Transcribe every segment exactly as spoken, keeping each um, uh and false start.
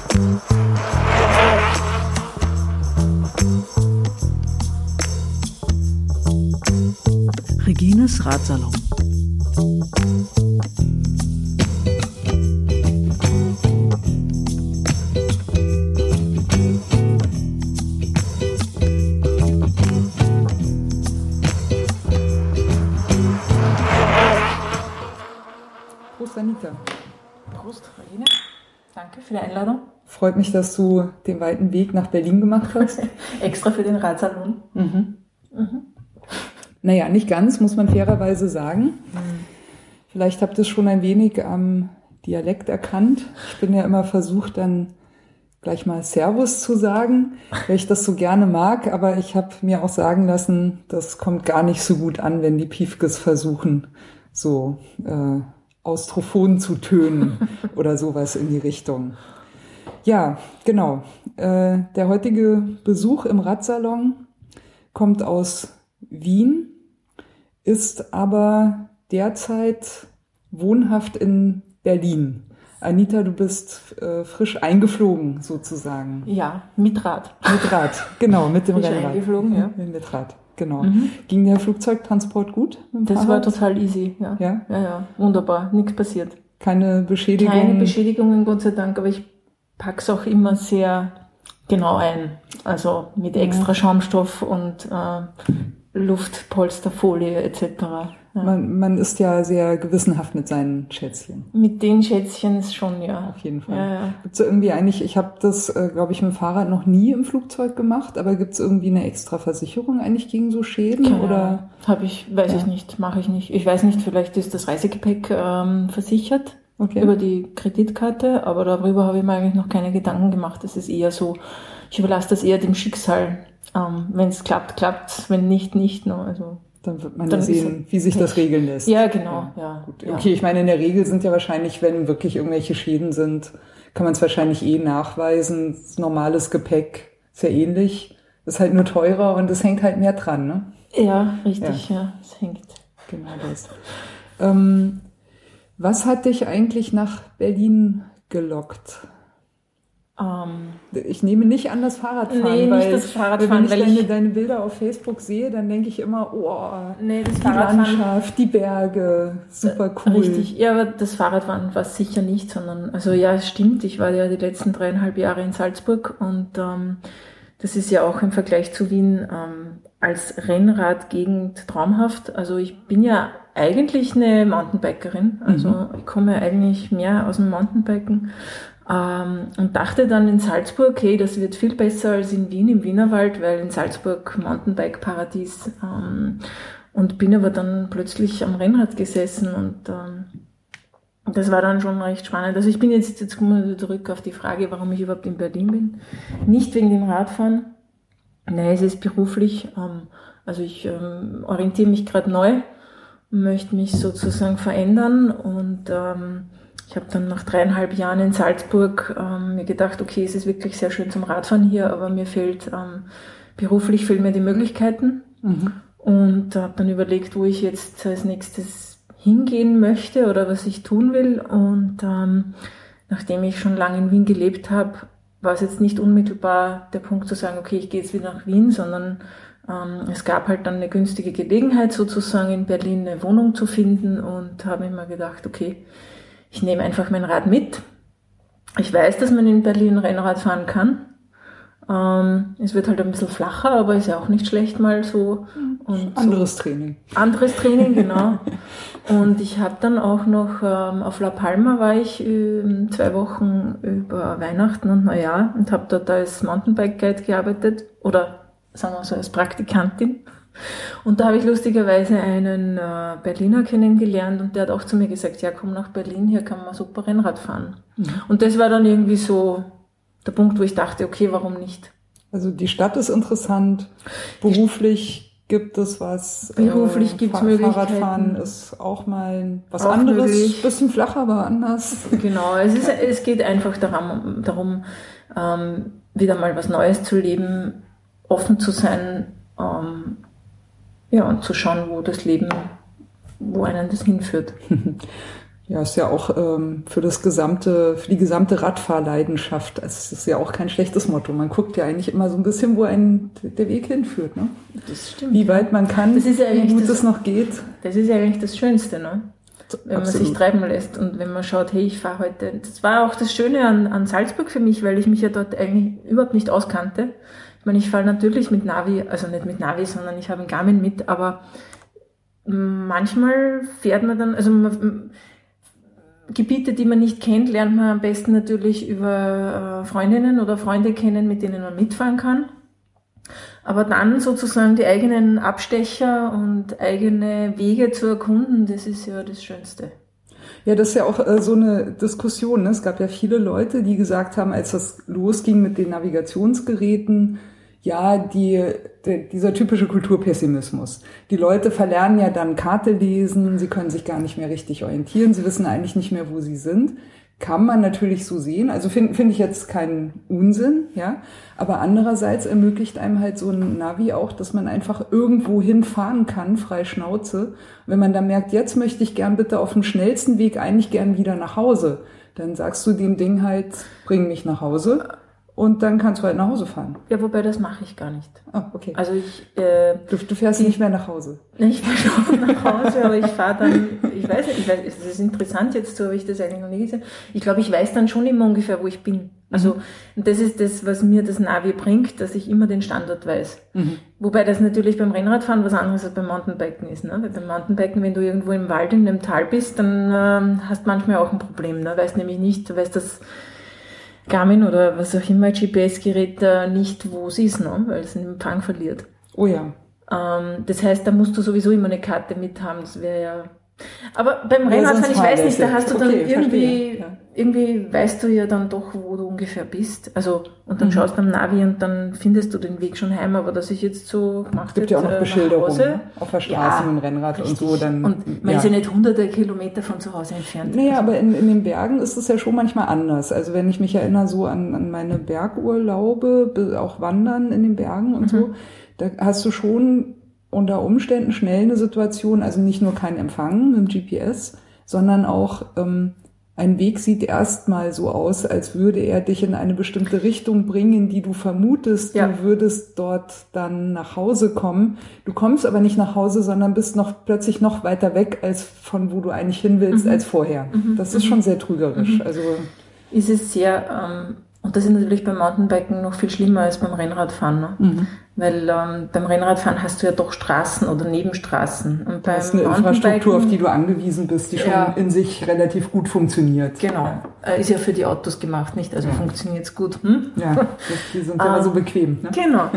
Regines Radsalon. Prost, Anita. Prost, Regine. Danke für die Einladung. Freut mich, dass du den weiten Weg nach Berlin gemacht hast. Extra für den Radsalon. Mhm. Mhm. Naja, nicht ganz, muss man fairerweise sagen. Mhm. Vielleicht habt ihr es schon ein wenig am Dialekt erkannt. Ich bin ja immer versucht, dann gleich mal Servus zu sagen, weil ich das so gerne mag. Aber ich habe mir auch sagen lassen, das kommt gar nicht so gut an, wenn die Piefkes versuchen, so äh, Austrophon zu tönen oder sowas in die Richtung. Ja, genau. Äh, der heutige Besuch im Radsalon kommt aus Wien, ist aber derzeit wohnhaft in Berlin. Anita, du bist äh, frisch eingeflogen sozusagen. Ja, mit Rad. Mit Rad, genau, mit dem frisch Rennrad. eingeflogen, ja. Mit Rad, genau. Mhm. Ging der Flugzeugtransport gut? Das Fahrrad? war total easy, ja. Ja? Ja, ja, wunderbar, nichts passiert. Keine Beschädigung? Keine Beschädigungen, Gott sei Dank, aber ich pack's auch immer sehr genau ein. Also mit extra Schaumstoff und äh, Luftpolsterfolie et cetera. Ja. Man, man ist ja sehr gewissenhaft mit seinen Schätzchen. Mit den Schätzchen schon, ja. Auf jeden Fall. Ja, ja. Gibt's irgendwie eigentlich, ich habe das, äh, glaube ich, mit dem Fahrrad noch nie im Flugzeug gemacht, aber gibt's irgendwie eine extra Versicherung eigentlich gegen so Schäden? Keine oder? Habe ich, weiß Ja. ich nicht, mache ich nicht. Ich weiß nicht, vielleicht ist das Reisegepäck ähm, versichert Okay. über die Kreditkarte, aber darüber habe ich mir eigentlich noch keine Gedanken gemacht. Das ist eher so, ich überlasse das eher dem Schicksal. Ähm, wenn es klappt, klappt's, wenn nicht, nicht. No, also Dann wird man Dann ja sehen, wie sich das regeln lässt. Ja, genau, ja. Gut. ja. Okay, ich meine, in der Regel sind ja wahrscheinlich, wenn wirklich irgendwelche Schäden sind, kann man es wahrscheinlich eh nachweisen. Das normales Gepäck ist ja ähnlich, ist halt nur teurer und es hängt halt mehr dran, ne? Ja, richtig, ja, es ja, hängt. Genau das. Ähm, was hat dich eigentlich nach Berlin gelockt? Ähm, Ich nehme nicht an das Fahrradfahren, nee, weil, nicht das Fahrradfahren, wenn ich weil deine, ich, deine Bilder auf Facebook sehe, dann denke ich immer, oh, nee, das die Fahrradfahren, Landschaft, die Berge, super cool. Richtig, ja, aber das Fahrradfahren war es sicher nicht, sondern, also ja, es stimmt, ich war ja die letzten dreieinhalb Jahre in Salzburg und ähm, das ist ja auch im Vergleich zu Wien ähm, als Rennradgegend traumhaft. Also ich bin ja eigentlich eine Mountainbikerin, also mhm. ich komme ja eigentlich mehr aus dem Mountainbiken. Ähm, und dachte dann in Salzburg, okay, das wird viel besser als in Wien, im Wienerwald, weil in Salzburg Mountainbike-Paradies. Ähm, und bin aber dann plötzlich am Rennrad gesessen und ähm, das war dann schon recht spannend. Also ich bin jetzt, jetzt kommen wir zurück auf die Frage, warum ich überhaupt in Berlin bin. Nicht wegen dem Radfahren, nein, es ist beruflich. Ähm, also ich ähm, orientiere mich gerade neu, möchte mich sozusagen verändern und ähm, ich habe dann nach dreieinhalb Jahren in Salzburg ähm, mir gedacht, okay, es ist wirklich sehr schön zum Radfahren hier, aber mir fehlt, ähm, beruflich fehlen mir die Möglichkeiten. Mhm. Und habe dann überlegt, wo ich jetzt als nächstes hingehen möchte oder was ich tun will. Und ähm, nachdem ich schon lange in Wien gelebt habe, war es jetzt nicht unmittelbar der Punkt zu sagen, okay, ich gehe jetzt wieder nach Wien, sondern ähm, es gab halt dann eine günstige Gelegenheit, sozusagen in Berlin eine Wohnung zu finden und habe mir gedacht, okay, ich nehme einfach mein Rad mit. Ich weiß, dass man in Berlin Rennrad fahren kann. Ähm, es wird halt ein bisschen flacher, aber ist ja auch nicht schlecht mal so. Und anderes so. Training. Anderes Training, genau. Und ich habe dann auch noch, ähm, auf La Palma war ich ähm, zwei Wochen über Weihnachten und Neujahr und habe dort als Mountainbike-Guide gearbeitet oder sagen wir so als Praktikantin. Und da habe ich lustigerweise einen äh, Berliner kennengelernt und der hat auch zu mir gesagt, ja komm nach Berlin, hier kann man super Rennrad fahren. Mhm. Und das war dann irgendwie so der Punkt, wo ich dachte, okay, warum nicht? Also die Stadt ist interessant, beruflich gibt es was. Beruflich äh, gibt es Fahr- Möglichkeiten. Fahrradfahren ist auch mal was auch anderes, möglich. Bisschen flacher, aber anders. Genau, es, ist, es geht einfach darum, darum ähm, wieder mal was Neues zu leben, offen zu sein, ähm, ja, und zu schauen, wo das Leben, wo einen das hinführt. Ja, ist ja auch ähm, für das gesamte, für die gesamte Radfahrleidenschaft, es ist ja auch kein schlechtes Motto. Man guckt ja eigentlich immer so ein bisschen, wo einen der Weg hinführt, ne? Das stimmt. Wie weit man kann, das ist ja wie gut das, es noch geht. Das ist ja eigentlich das Schönste, ne? Wenn Absolut. man sich treiben lässt und wenn man schaut, hey, ich fahre heute. Das war auch das Schöne an, an Salzburg für mich, weil ich mich ja dort eigentlich überhaupt nicht auskannte. Ich meine, ich fahre natürlich mit Navi, also nicht mit Navi, sondern ich habe einen Garmin mit, aber manchmal fährt man dann, also man, Gebiete, die man nicht kennt, lernt man am besten natürlich über äh, Freundinnen oder Freunde kennen, mit denen man mitfahren kann. Aber dann sozusagen die eigenen Abstecher und eigene Wege zu erkunden, das ist ja das Schönste. Ja, das ist ja auch äh, so eine Diskussion, ne? Es gab ja viele Leute, die gesagt haben, als das losging mit den Navigationsgeräten, ja, die, die, dieser typische Kulturpessimismus. Die Leute verlernen ja dann Karte lesen, sie können sich gar nicht mehr richtig orientieren, sie wissen eigentlich nicht mehr, wo sie sind. Kann man natürlich so sehen, also finde find ich jetzt keinen Unsinn, ja. Aber andererseits ermöglicht einem halt so ein Navi auch, dass man einfach irgendwo hinfahren kann, frei Schnauze. Wenn man dann merkt, jetzt möchte ich gern bitte auf dem schnellsten Weg eigentlich gern wieder nach Hause, dann sagst du dem Ding halt, bring mich nach Hause. Und dann kannst du halt nach Hause fahren. Ja, wobei das mache ich gar nicht. Ah, okay. Also ich, äh, du, du fährst die, nicht mehr nach Hause. Ich fahre schon nach Hause, aber ich fahre dann, ich weiß nicht, ich weiß, es ist interessant jetzt, so habe ich das eigentlich noch nie gesehen. Ich glaube, ich weiß dann schon immer ungefähr, wo ich bin. Also, mhm. und das ist das, was mir das Navi bringt, dass ich immer den Standort weiß. Mhm. Wobei das natürlich beim Rennradfahren was anderes als beim Mountainbiken ist, ne? Weil beim Mountainbiken, wenn du irgendwo im Wald in einem Tal bist, dann ähm, hast du manchmal auch ein Problem, ne? Weißt nämlich nicht, du weißt, dass Garmin oder was auch immer, G P S-Gerät äh, nicht, wo es ist, ne? Weil es den Empfang verliert. Oh ja. Ähm, das heißt, da musst du sowieso immer eine Karte mit haben, das wäre ja... Aber beim Rennradfahren, ich weiß nicht, da hast du dann okay, irgendwie, ja. irgendwie weißt du ja dann doch, wo du ungefähr bist. Also, und dann mhm. schaust du am Navi und dann findest du den Weg schon heim, aber dass ich jetzt so gemacht habe. Es gibt ja auch noch Beschilderungen ne? auf der Straße ja, mit dem Rennrad richtig. und so. Dann, und man ja. ist ja nicht hunderte Kilometer von zu Hause entfernt. Naja, also. aber in, in den Bergen ist es ja schon manchmal anders. Also wenn ich mich erinnere so an, an meine Bergurlaube, auch Wandern in den Bergen und mhm. so, da hast du schon unter Umständen schnell eine Situation, also nicht nur kein Empfang mit dem G P S, sondern auch ähm, ein Weg sieht erstmal so aus, als würde er dich in eine bestimmte Richtung bringen, die du vermutest, ja. du würdest dort dann nach Hause kommen. Du kommst aber nicht nach Hause, sondern bist noch plötzlich noch weiter weg, als von wo du eigentlich hin willst, mhm. als vorher. Mhm. Das ist schon sehr trügerisch. Mhm. Also ist es sehr... Ähm Und das ist natürlich beim Mountainbiken noch viel schlimmer als beim Rennradfahren. Ne? Mhm. Weil ähm, beim Rennradfahren hast du ja doch Straßen oder Nebenstraßen. Und beim das ist eine Infrastruktur, auf die du angewiesen bist, die schon ja. in sich relativ gut funktioniert. Genau. Äh, ist ja für die Autos gemacht, nicht? Also ja. funktioniert es gut. Hm? Ja, die sind immer ähm, so bequem. Ne? Genau.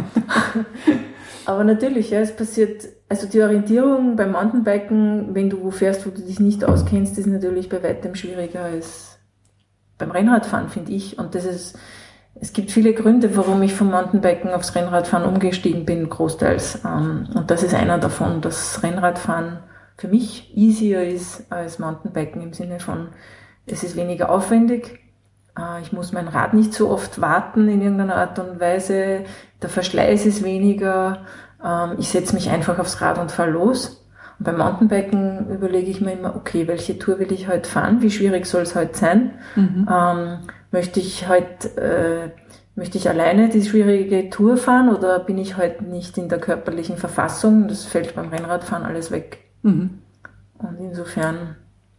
Aber natürlich, ja, es passiert, also die Orientierung beim Mountainbiken, wenn du wo fährst, wo du dich nicht auskennst, ist natürlich bei weitem schwieriger als beim Rennradfahren, finde ich. Und das ist, es gibt viele Gründe, warum ich vom Mountainbiken aufs Rennradfahren umgestiegen bin, großteils. Und das ist einer davon, dass Rennradfahren für mich easier ist als Mountainbiken im Sinne von, es ist weniger aufwendig. Ich muss mein Rad nicht so oft warten in irgendeiner Art und Weise. Der Verschleiß ist weniger. Ich setze mich einfach aufs Rad und fahre los. Und beim Mountainbiken überlege ich mir immer, okay, welche Tour will ich heute fahren? Wie schwierig soll es heute sein? Mhm. Ähm, möchte ich heute, äh, möchte ich alleine die schwierige Tour fahren oder bin ich heute nicht in der körperlichen Verfassung? Das fällt beim Rennradfahren alles weg. Mhm. Und insofern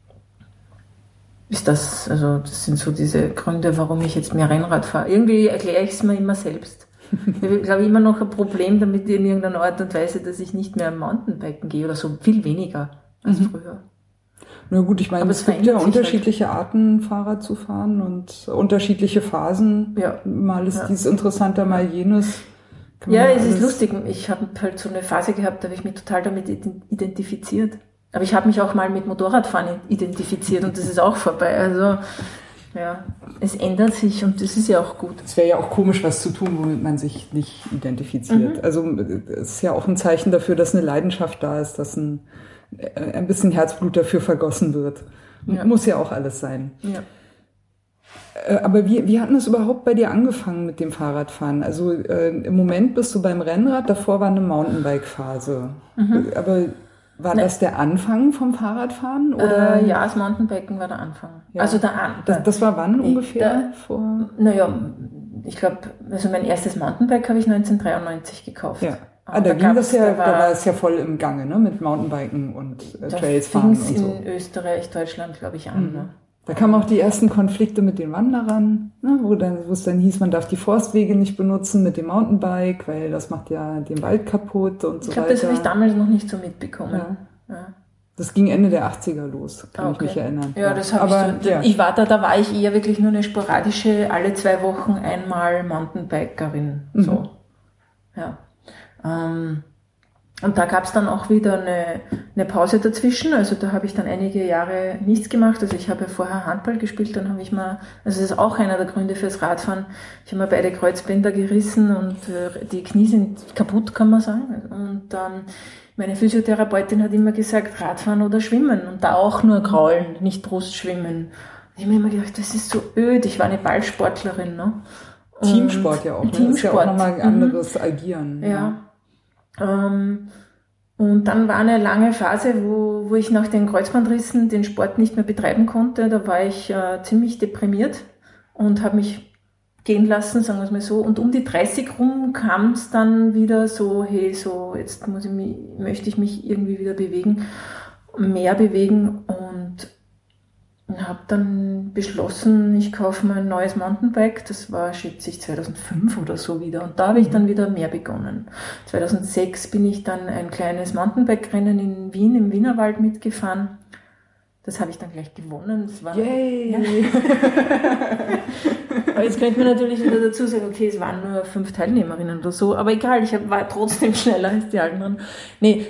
ist das, also das sind so diese Gründe, warum ich jetzt mehr Rennrad fahre. Irgendwie erkläre ich es mir immer selbst. Ich habe, glaube ich, immer noch ein Problem damit in irgendeiner Art und Weise, dass ich nicht mehr am Mountainbiken gehe oder so viel weniger als mhm. früher. Na gut, ich meine, aber es, es gibt ja unterschiedliche halt. Arten, Fahrrad zu fahren und unterschiedliche Phasen. Ja. Mal ist ja. dies interessanter, mal jenes. Kann ja, es ist lustig. Ich habe halt so eine Phase gehabt, da habe ich mich total damit identifiziert. Aber ich habe mich auch mal mit Motorradfahren identifiziert und das ist auch vorbei. Also ja, es ändert sich und das ist ja auch gut. Es wäre ja auch komisch, was zu tun, womit man sich nicht identifiziert. Mhm. Also es ist ja auch ein Zeichen dafür, dass eine Leidenschaft da ist, dass ein, ein bisschen Herzblut dafür vergossen wird. Ja. Muss ja auch alles sein. Ja. Aber wie, wie hat es überhaupt bei dir angefangen mit dem Fahrradfahren? Also äh, im Moment bist du beim Rennrad, davor war eine Mountainbike-Phase. Mhm. Aber War Nein. das der Anfang vom Fahrradfahren? Oder? Äh, ja, das Mountainbiken war der Anfang. Ja. Also der An das, das war wann ungefähr? Da, Vor? Naja, ich glaube, also mein erstes Mountainbike habe ich neunzehnhundertdreiundneunzig gekauft. Ja. Ah, da, da ging das ja, da war, da war es ja voll im Gange, ne, mit Mountainbiken und äh, Trails fahren und so. Da fing es in Österreich, Deutschland, glaube ich, an. Mhm. Ne? Da kamen auch die ersten Konflikte mit den Wanderern, ne, wo, dann, wo es dann hieß, man darf die Forstwege nicht benutzen mit dem Mountainbike, weil das macht ja den Wald kaputt und so ich glaub, weiter. Ich glaube, das habe ich damals noch nicht so mitbekommen. Ja. Ja. Das ging Ende der achtziger los, kann okay. ich mich erinnern. Ja, das habe ich so. Ja. Ich war da, da war ich eher wirklich nur eine sporadische, alle zwei Wochen einmal Mountainbikerin. Mhm. So. Ja. Ähm, und da gab es dann auch wieder eine, eine Pause dazwischen. Also da habe ich dann einige Jahre nichts gemacht. Also ich habe ja vorher Handball gespielt, dann habe ich mal, also das ist auch einer der Gründe fürs Radfahren. Ich habe mir beide Kreuzbänder gerissen und äh, die Knie sind kaputt, kann man sagen. Und ähm, meine Physiotherapeutin hat immer gesagt, Radfahren oder Schwimmen. Und da auch nur kraulen, nicht Brustschwimmen. Ich habe mir immer gedacht, das ist so öd. Ich war eine Ballsportlerin. Ne? Teamsport ja auch. Ne? Teamsport. Das ist ja auch nochmal ein anderes mhm. Agieren. Ja. ja. Ähm, und dann war eine lange Phase, wo, wo ich nach den Kreuzbandrissen den Sport nicht mehr betreiben konnte. Da war ich äh, ziemlich deprimiert und habe mich gehen lassen, sagen wir es mal so. Und um die dreißig rum kam es dann wieder so, hey, so jetzt muss ich mich, möchte ich mich irgendwie wieder bewegen, mehr bewegen und habe dann beschlossen, ich kaufe mir ein neues Mountainbike. Das war, schätze ich, zweitausendfünf oder so wieder. Und da habe ich dann wieder mehr begonnen. zweitausendsechs bin ich dann ein kleines Mountainbike-Rennen in Wien, im Wienerwald mitgefahren. Das habe ich dann gleich gewonnen. Das war, Yay! Ja. Aber jetzt könnte man natürlich wieder dazu sagen, okay, es waren nur fünf Teilnehmerinnen oder so. Aber egal, ich war trotzdem schneller als die anderen. Nee,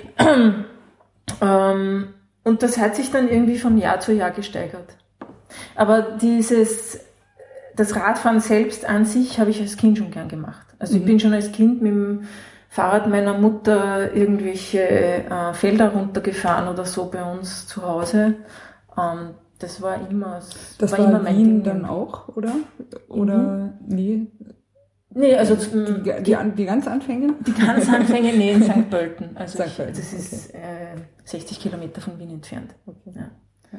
ähm, und das hat sich dann irgendwie von Jahr zu Jahr gesteigert. Aber dieses, das Radfahren selbst an sich habe ich als Kind schon gern gemacht. Also mhm. ich bin schon als Kind mit dem Fahrrad meiner Mutter irgendwelche äh, Felder runtergefahren oder so bei uns zu Hause. Ähm, das war immer, das war, war immer mein Wien Ding. Dann auch, oder? Oder mhm. nee? Nee, also die, die, die, die ganz Anfänge? Die ganz Anfänge, nee, in Sankt Pölten. Also Sankt ich, Pölten, das ist okay. äh, sechzig Kilometer von Wien entfernt. Okay. Ja.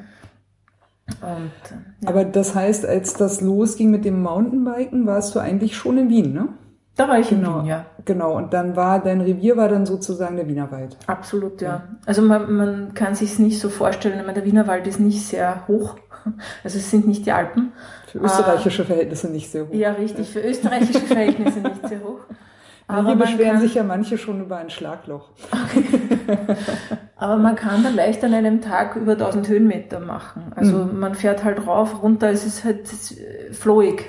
Und, äh, ja. Aber das heißt, als das losging mit dem Mountainbiken, warst du eigentlich schon in Wien, ne? Da war ich genau, in Wien, ja. Genau, und dann war, dein Revier war dann sozusagen der Wienerwald. Absolut, ja. ja. Also man, man kann sich es nicht so vorstellen, ich meine, der Wienerwald ist nicht sehr hoch. Also es sind nicht die Alpen. Für österreichische äh, Verhältnisse nicht sehr hoch. Ja, richtig, für österreichische Verhältnisse nicht sehr hoch. Aber hier beschweren sich ja manche schon über ein Schlagloch. Okay. Aber man kann dann leicht an einem Tag über tausend Höhenmeter machen. Also mhm. man fährt halt rauf, runter, es ist halt flowig.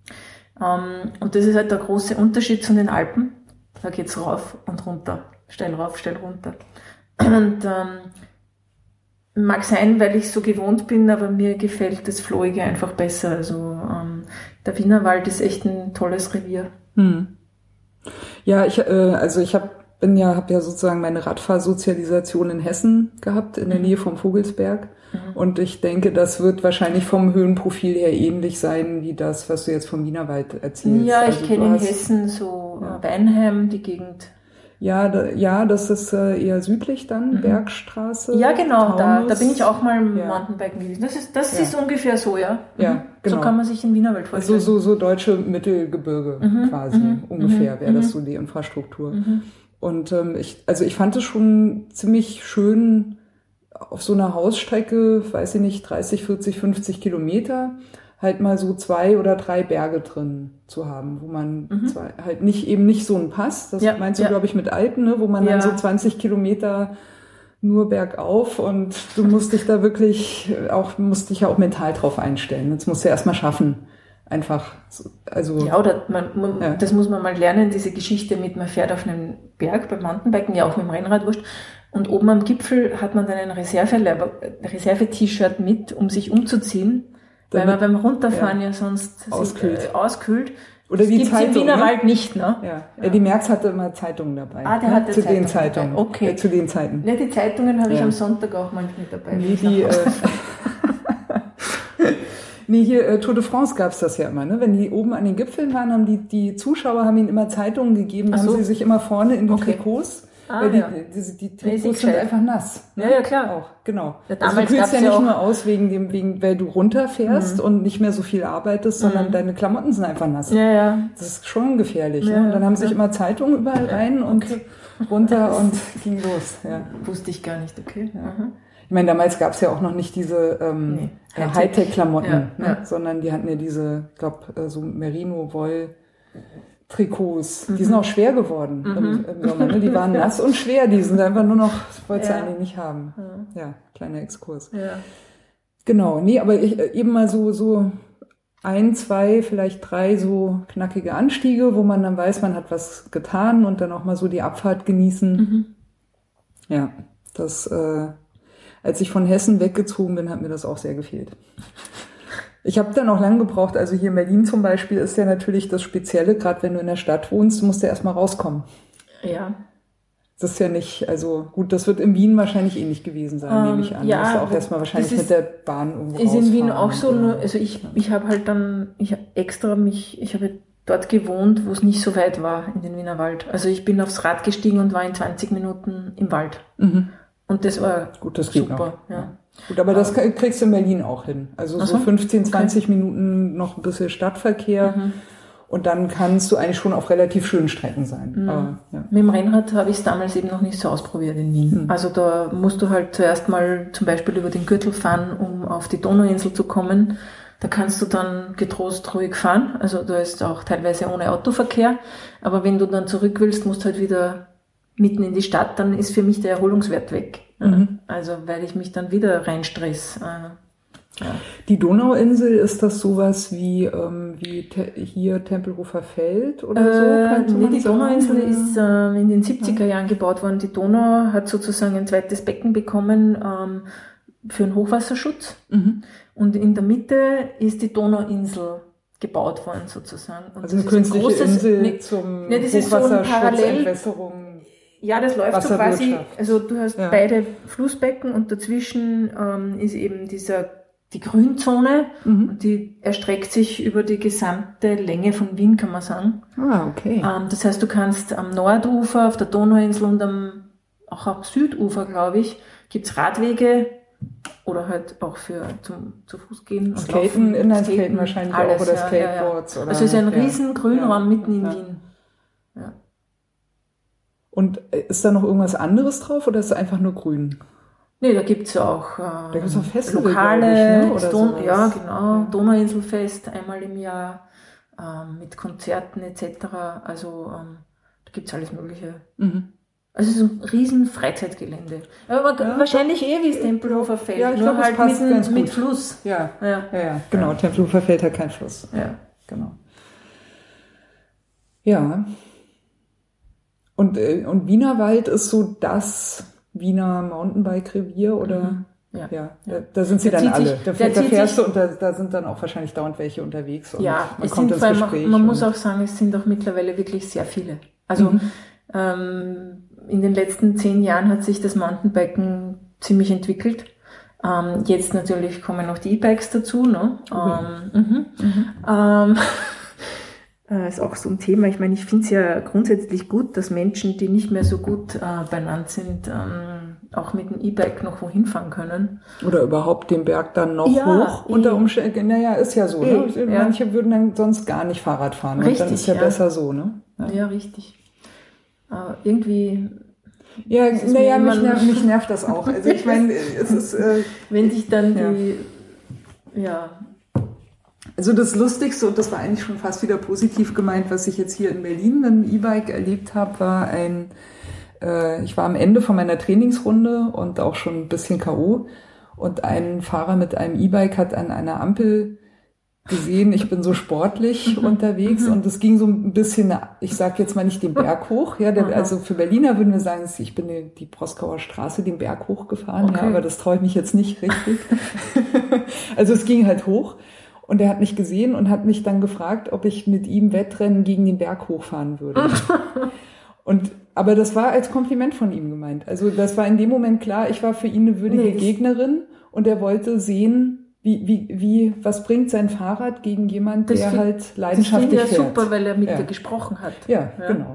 Um, und das ist halt der große Unterschied zu den Alpen. Da geht's rauf und runter, steil rauf, steil runter. Und ähm, mag sein, weil ich so gewohnt bin, aber mir gefällt das Flowige einfach besser. Also ähm, der Wienerwald ist echt ein tolles Revier. Hm. Ja, ich äh, also ich habe bin ja habe ja sozusagen meine Radfahrsozialisation in Hessen gehabt, in der Nähe vom Vogelsberg. Mhm. Und ich denke, das wird wahrscheinlich vom Höhenprofil her ähnlich sein, wie das, was du jetzt vom Wienerwald erzählst. Ja, ich also kenne in Hessen so ja. Weinheim, die Gegend. Ja, da, ja, das ist äh, eher südlich dann, mhm. Bergstraße. Ja, genau, da, da bin ich auch mal ja. Mountainbiken gewesen. Das ist, das ja. ist ungefähr so, ja. Mhm. Ja, genau. So kann man sich den Wienerwald vorstellen. So, so, so deutsche Mittelgebirge mhm. quasi, mhm. ungefähr mhm. wäre das so die Infrastruktur. Mhm. Und ähm, ich, also ich fand es schon ziemlich schön, auf so einer Hausstrecke, weiß ich nicht, dreißig, vierzig, fünfzig Kilometer, halt mal so zwei oder drei Berge drin zu haben, wo man mhm. zwei, halt nicht, eben nicht so ein Pass, das ja, meinst du, ja. glaube ich, mit Alpen, ne, wo man ja. dann so zwanzig Kilometer nur bergauf und du musst dich da wirklich auch, musst dich ja auch mental drauf einstellen. Das musst du ja erstmal schaffen. Einfach, also. Ja, oder man, man ja. das muss man mal lernen, diese Geschichte mit, man fährt auf einem Berg beim Mountainbiken, ja auch mit dem Rennrad, wurscht. Und oben am Gipfel hat man dann ein Reserve-T-Shirt mit, um sich umzuziehen, damit, weil man beim Runterfahren ja, ja sonst auskühlt. Sich, äh, auskühlt. Oder das wie gibt's Zeitung, im Wienerwald ne? nicht, ne? Ja. ja. Die Merx hatte immer Zeitungen dabei. Ah, der ne? hatte Zu Zeitung den Zeitungen. Dabei. Okay. Ja, zu den Zeiten. Ja, die Zeitungen habe ja. ich am Sonntag auch manchmal dabei. Nee, die, äh, nee, hier äh, Tour de France gab's das ja immer, ne? Wenn die oben an den Gipfeln waren, haben die, die Zuschauer haben ihnen immer Zeitungen gegeben, Ach so. haben sie sich immer vorne in die okay. Trikots Ah, Weil die, ja. die, die, die Nee, Trikots sind einfach nass. Ne? Ja, ja, klar. Auch, genau. Ja, also damals du kühlst ja gab's ja nicht auch- nur aus, wegen dem, wegen, weil du runterfährst Mhm. und nicht mehr so viel arbeitest, sondern Mhm. deine Klamotten sind einfach nass. Ja, ja. Das ist schon gefährlich. Ja, ne? Und dann haben sich ja. immer Zeitungen überall rein und runter und ging los. Ja. Wusste ich gar nicht, okay. Mhm. Ich meine, damals gab es ja auch noch nicht diese ähm, Nee. äh, Hightech. Hightech-Klamotten, Ja, ne? ja. sondern die hatten ja diese, ich glaube, so Merino-Woll-Trikots. Die sind auch schwer geworden im, im Sommer. Ne? Die waren nass und schwer. Die sind einfach nur noch, das wolltest du Ja. eigentlich nicht haben. Ja, kleiner Exkurs. Ja. Genau, nee, aber ich, äh, eben mal so, so ein, zwei, vielleicht drei so knackige Anstiege, wo man dann weiß, man hat was getan und dann auch mal so die Abfahrt genießen. Mhm. Ja, das, äh, als ich von Hessen weggezogen bin, hat mir das auch sehr gefehlt. Ich habe dann auch lange gebraucht, also hier in Berlin zum Beispiel ist ja natürlich das Spezielle, gerade wenn du in der Stadt wohnst, du musst ja erstmal rauskommen. Ja. Das ist ja nicht, also gut, das wird in Wien wahrscheinlich ähnlich gewesen sein, Ähm, nehme ich an. ja, du musst ja auch wo- erstmal wahrscheinlich das ist- mit der Bahn irgendwo Ist in Wien rausfahren auch so, oder- nur, also ich, ich habe halt dann, ich habe extra mich, ich habe dort gewohnt, wo es nicht so weit war in den Wiener Wald. Also ich bin aufs Rad gestiegen und war in zwanzig Minuten im Wald. Mhm. Und das war Gut, das geht super. noch. Ja. Gut, aber das kriegst du in Berlin auch hin. Also Ach so so? fünfzehn, zwanzig Minuten noch ein bisschen Stadtverkehr Mhm. und dann kannst du eigentlich schon auf relativ schönen Strecken sein. Mhm. Aber, ja. Mit dem Rennrad habe ich es damals eben noch nicht so ausprobiert in Wien. Mhm. Also da musst du halt zuerst mal zum Beispiel über den Gürtel fahren, um auf die Donauinsel zu kommen. Da kannst du dann getrost ruhig fahren. Also da ist auch teilweise ohne Autoverkehr. Aber wenn du dann zurück willst, musst du halt wieder mitten in die Stadt, dann ist für mich der Erholungswert weg. Mhm. Also weil ich mich dann wieder reinstress. Ja. Die Donauinsel, ist das sowas wie, ähm, wie te hier Tempelhofer Feld oder so? Äh, könnte nee, man die sagen? Donauinsel ist äh, in den siebziger Jahren gebaut worden. Die Donau hat sozusagen ein zweites Becken bekommen ähm, für den Hochwasserschutz. Mhm. Und in der Mitte ist die Donauinsel gebaut worden sozusagen. Und Also eine das ist ein künstliche großes- Insel ne, zum ne, das ist so ein Hochwasserschutz, Parallel- Entwässerung. Ja, das läuft so quasi, Wasserwirtschaft. also du hast Ja. beide Flussbecken und dazwischen ähm, ist eben dieser, die Grünzone Mhm. und die erstreckt sich über die gesamte Länge von Wien, kann man sagen. Ah, okay. Ähm, das heißt, du kannst am Nordufer, auf der Donauinsel und am, auch am Südufer, glaube ich, gibt's Radwege oder halt auch für zum zu Fuß gehen und Skaten, laufen, Inlineskaten Skaten, wahrscheinlich alles, auch oder ja, Skateboards. Ja, ja. Oder, Also es ist ein ja. riesen Grünraum Ja. mitten in Ja. Wien. Ja. Und ist da noch irgendwas anderes drauf oder ist es einfach nur grün? Nee, da gibt's ja auch, äh, Da gibt's auch Festival, lokale, glaub ich, ne? Oder Don sowas. ja genau, Ja. Donauinselfest einmal im Jahr ähm, mit Konzerten et cetera. Also ähm, da gibt's alles Mögliche. Mhm. Also es ist ein riesen Freizeitgelände. Aber Ja. wahrscheinlich eh wie das Tempelhofer Feld, Ja, ich nur glaub, es halt passt mit, ganz mit gut. Fluss. Ja. Ja. Ja, ja, genau. Tempelhofer Feld hat keinen Fluss. Ja. Genau. Ja. Und, äh, und Wienerwald ist so das Wiener Mountainbike-Revier oder? Mhm. Ja. Ja, da, da sind sie Der dann zieht alle. sich- da, der da zieht fährst sich- du und da, da sind dann auch wahrscheinlich dauernd welche unterwegs. Und Ja, man es kommt sind ins vor allem, Gespräch. man muss und- auch sagen, es sind auch mittlerweile wirklich sehr viele. Also Mhm. ähm, in den letzten zehn Jahren hat sich das Mountainbiken ziemlich entwickelt. Ähm, jetzt natürlich kommen noch die E-Bikes dazu. Ne? Ähm, mhm. Ähm, äh, ist auch so ein Thema. Ich meine, ich finde es ja grundsätzlich gut, dass Menschen, die nicht mehr so gut äh, benannt sind, ähm, auch mit dem E-Bike noch wohin fahren können. Oder überhaupt den Berg dann noch Ja, hoch eh. unter Umständen. Naja, ist ja so. Eh, Ne? ja. Manche würden dann sonst gar nicht Fahrrad fahren. und dann Richtig, ist ja, ja. besser so. Ne? Ja, ja richtig. Äh, irgendwie, Ja, ist naja, mir mich, immer- nervt, mich nervt das auch. Also ich meine, es ist... Äh, wenn sich dann Ja. die, ja, Also das Lustigste, und das war eigentlich schon fast wieder positiv gemeint, was ich jetzt hier in Berlin mit dem E-Bike erlebt habe, war ein, äh, ich war am Ende von meiner Trainingsrunde und auch schon ein bisschen K O und ein Fahrer mit einem E-Bike hat an einer Ampel gesehen, ich bin so sportlich unterwegs und es ging so ein bisschen, ich sag jetzt mal nicht den Berg hoch, ja, der, also für Berliner würden wir sagen, ich bin die, die Proskauer Straße den Berg hochgefahren, Okay. ja, aber das traue ich mich jetzt nicht richtig. Also es ging halt hoch. Und er hat mich gesehen und hat mich dann gefragt, ob ich mit ihm Wettrennen gegen den Berg hochfahren würde. Und, aber das war als Kompliment von ihm gemeint. Also das war in dem Moment klar, ich war für ihn eine würdige Nee, das- Gegnerin und er wollte sehen, wie, wie, wie, was bringt sein Fahrrad gegen jemand, Das der find- halt das finde leidenschaftlich ich ja fährt. super, weil er mit Ja. dir gesprochen hat. Ja, genau.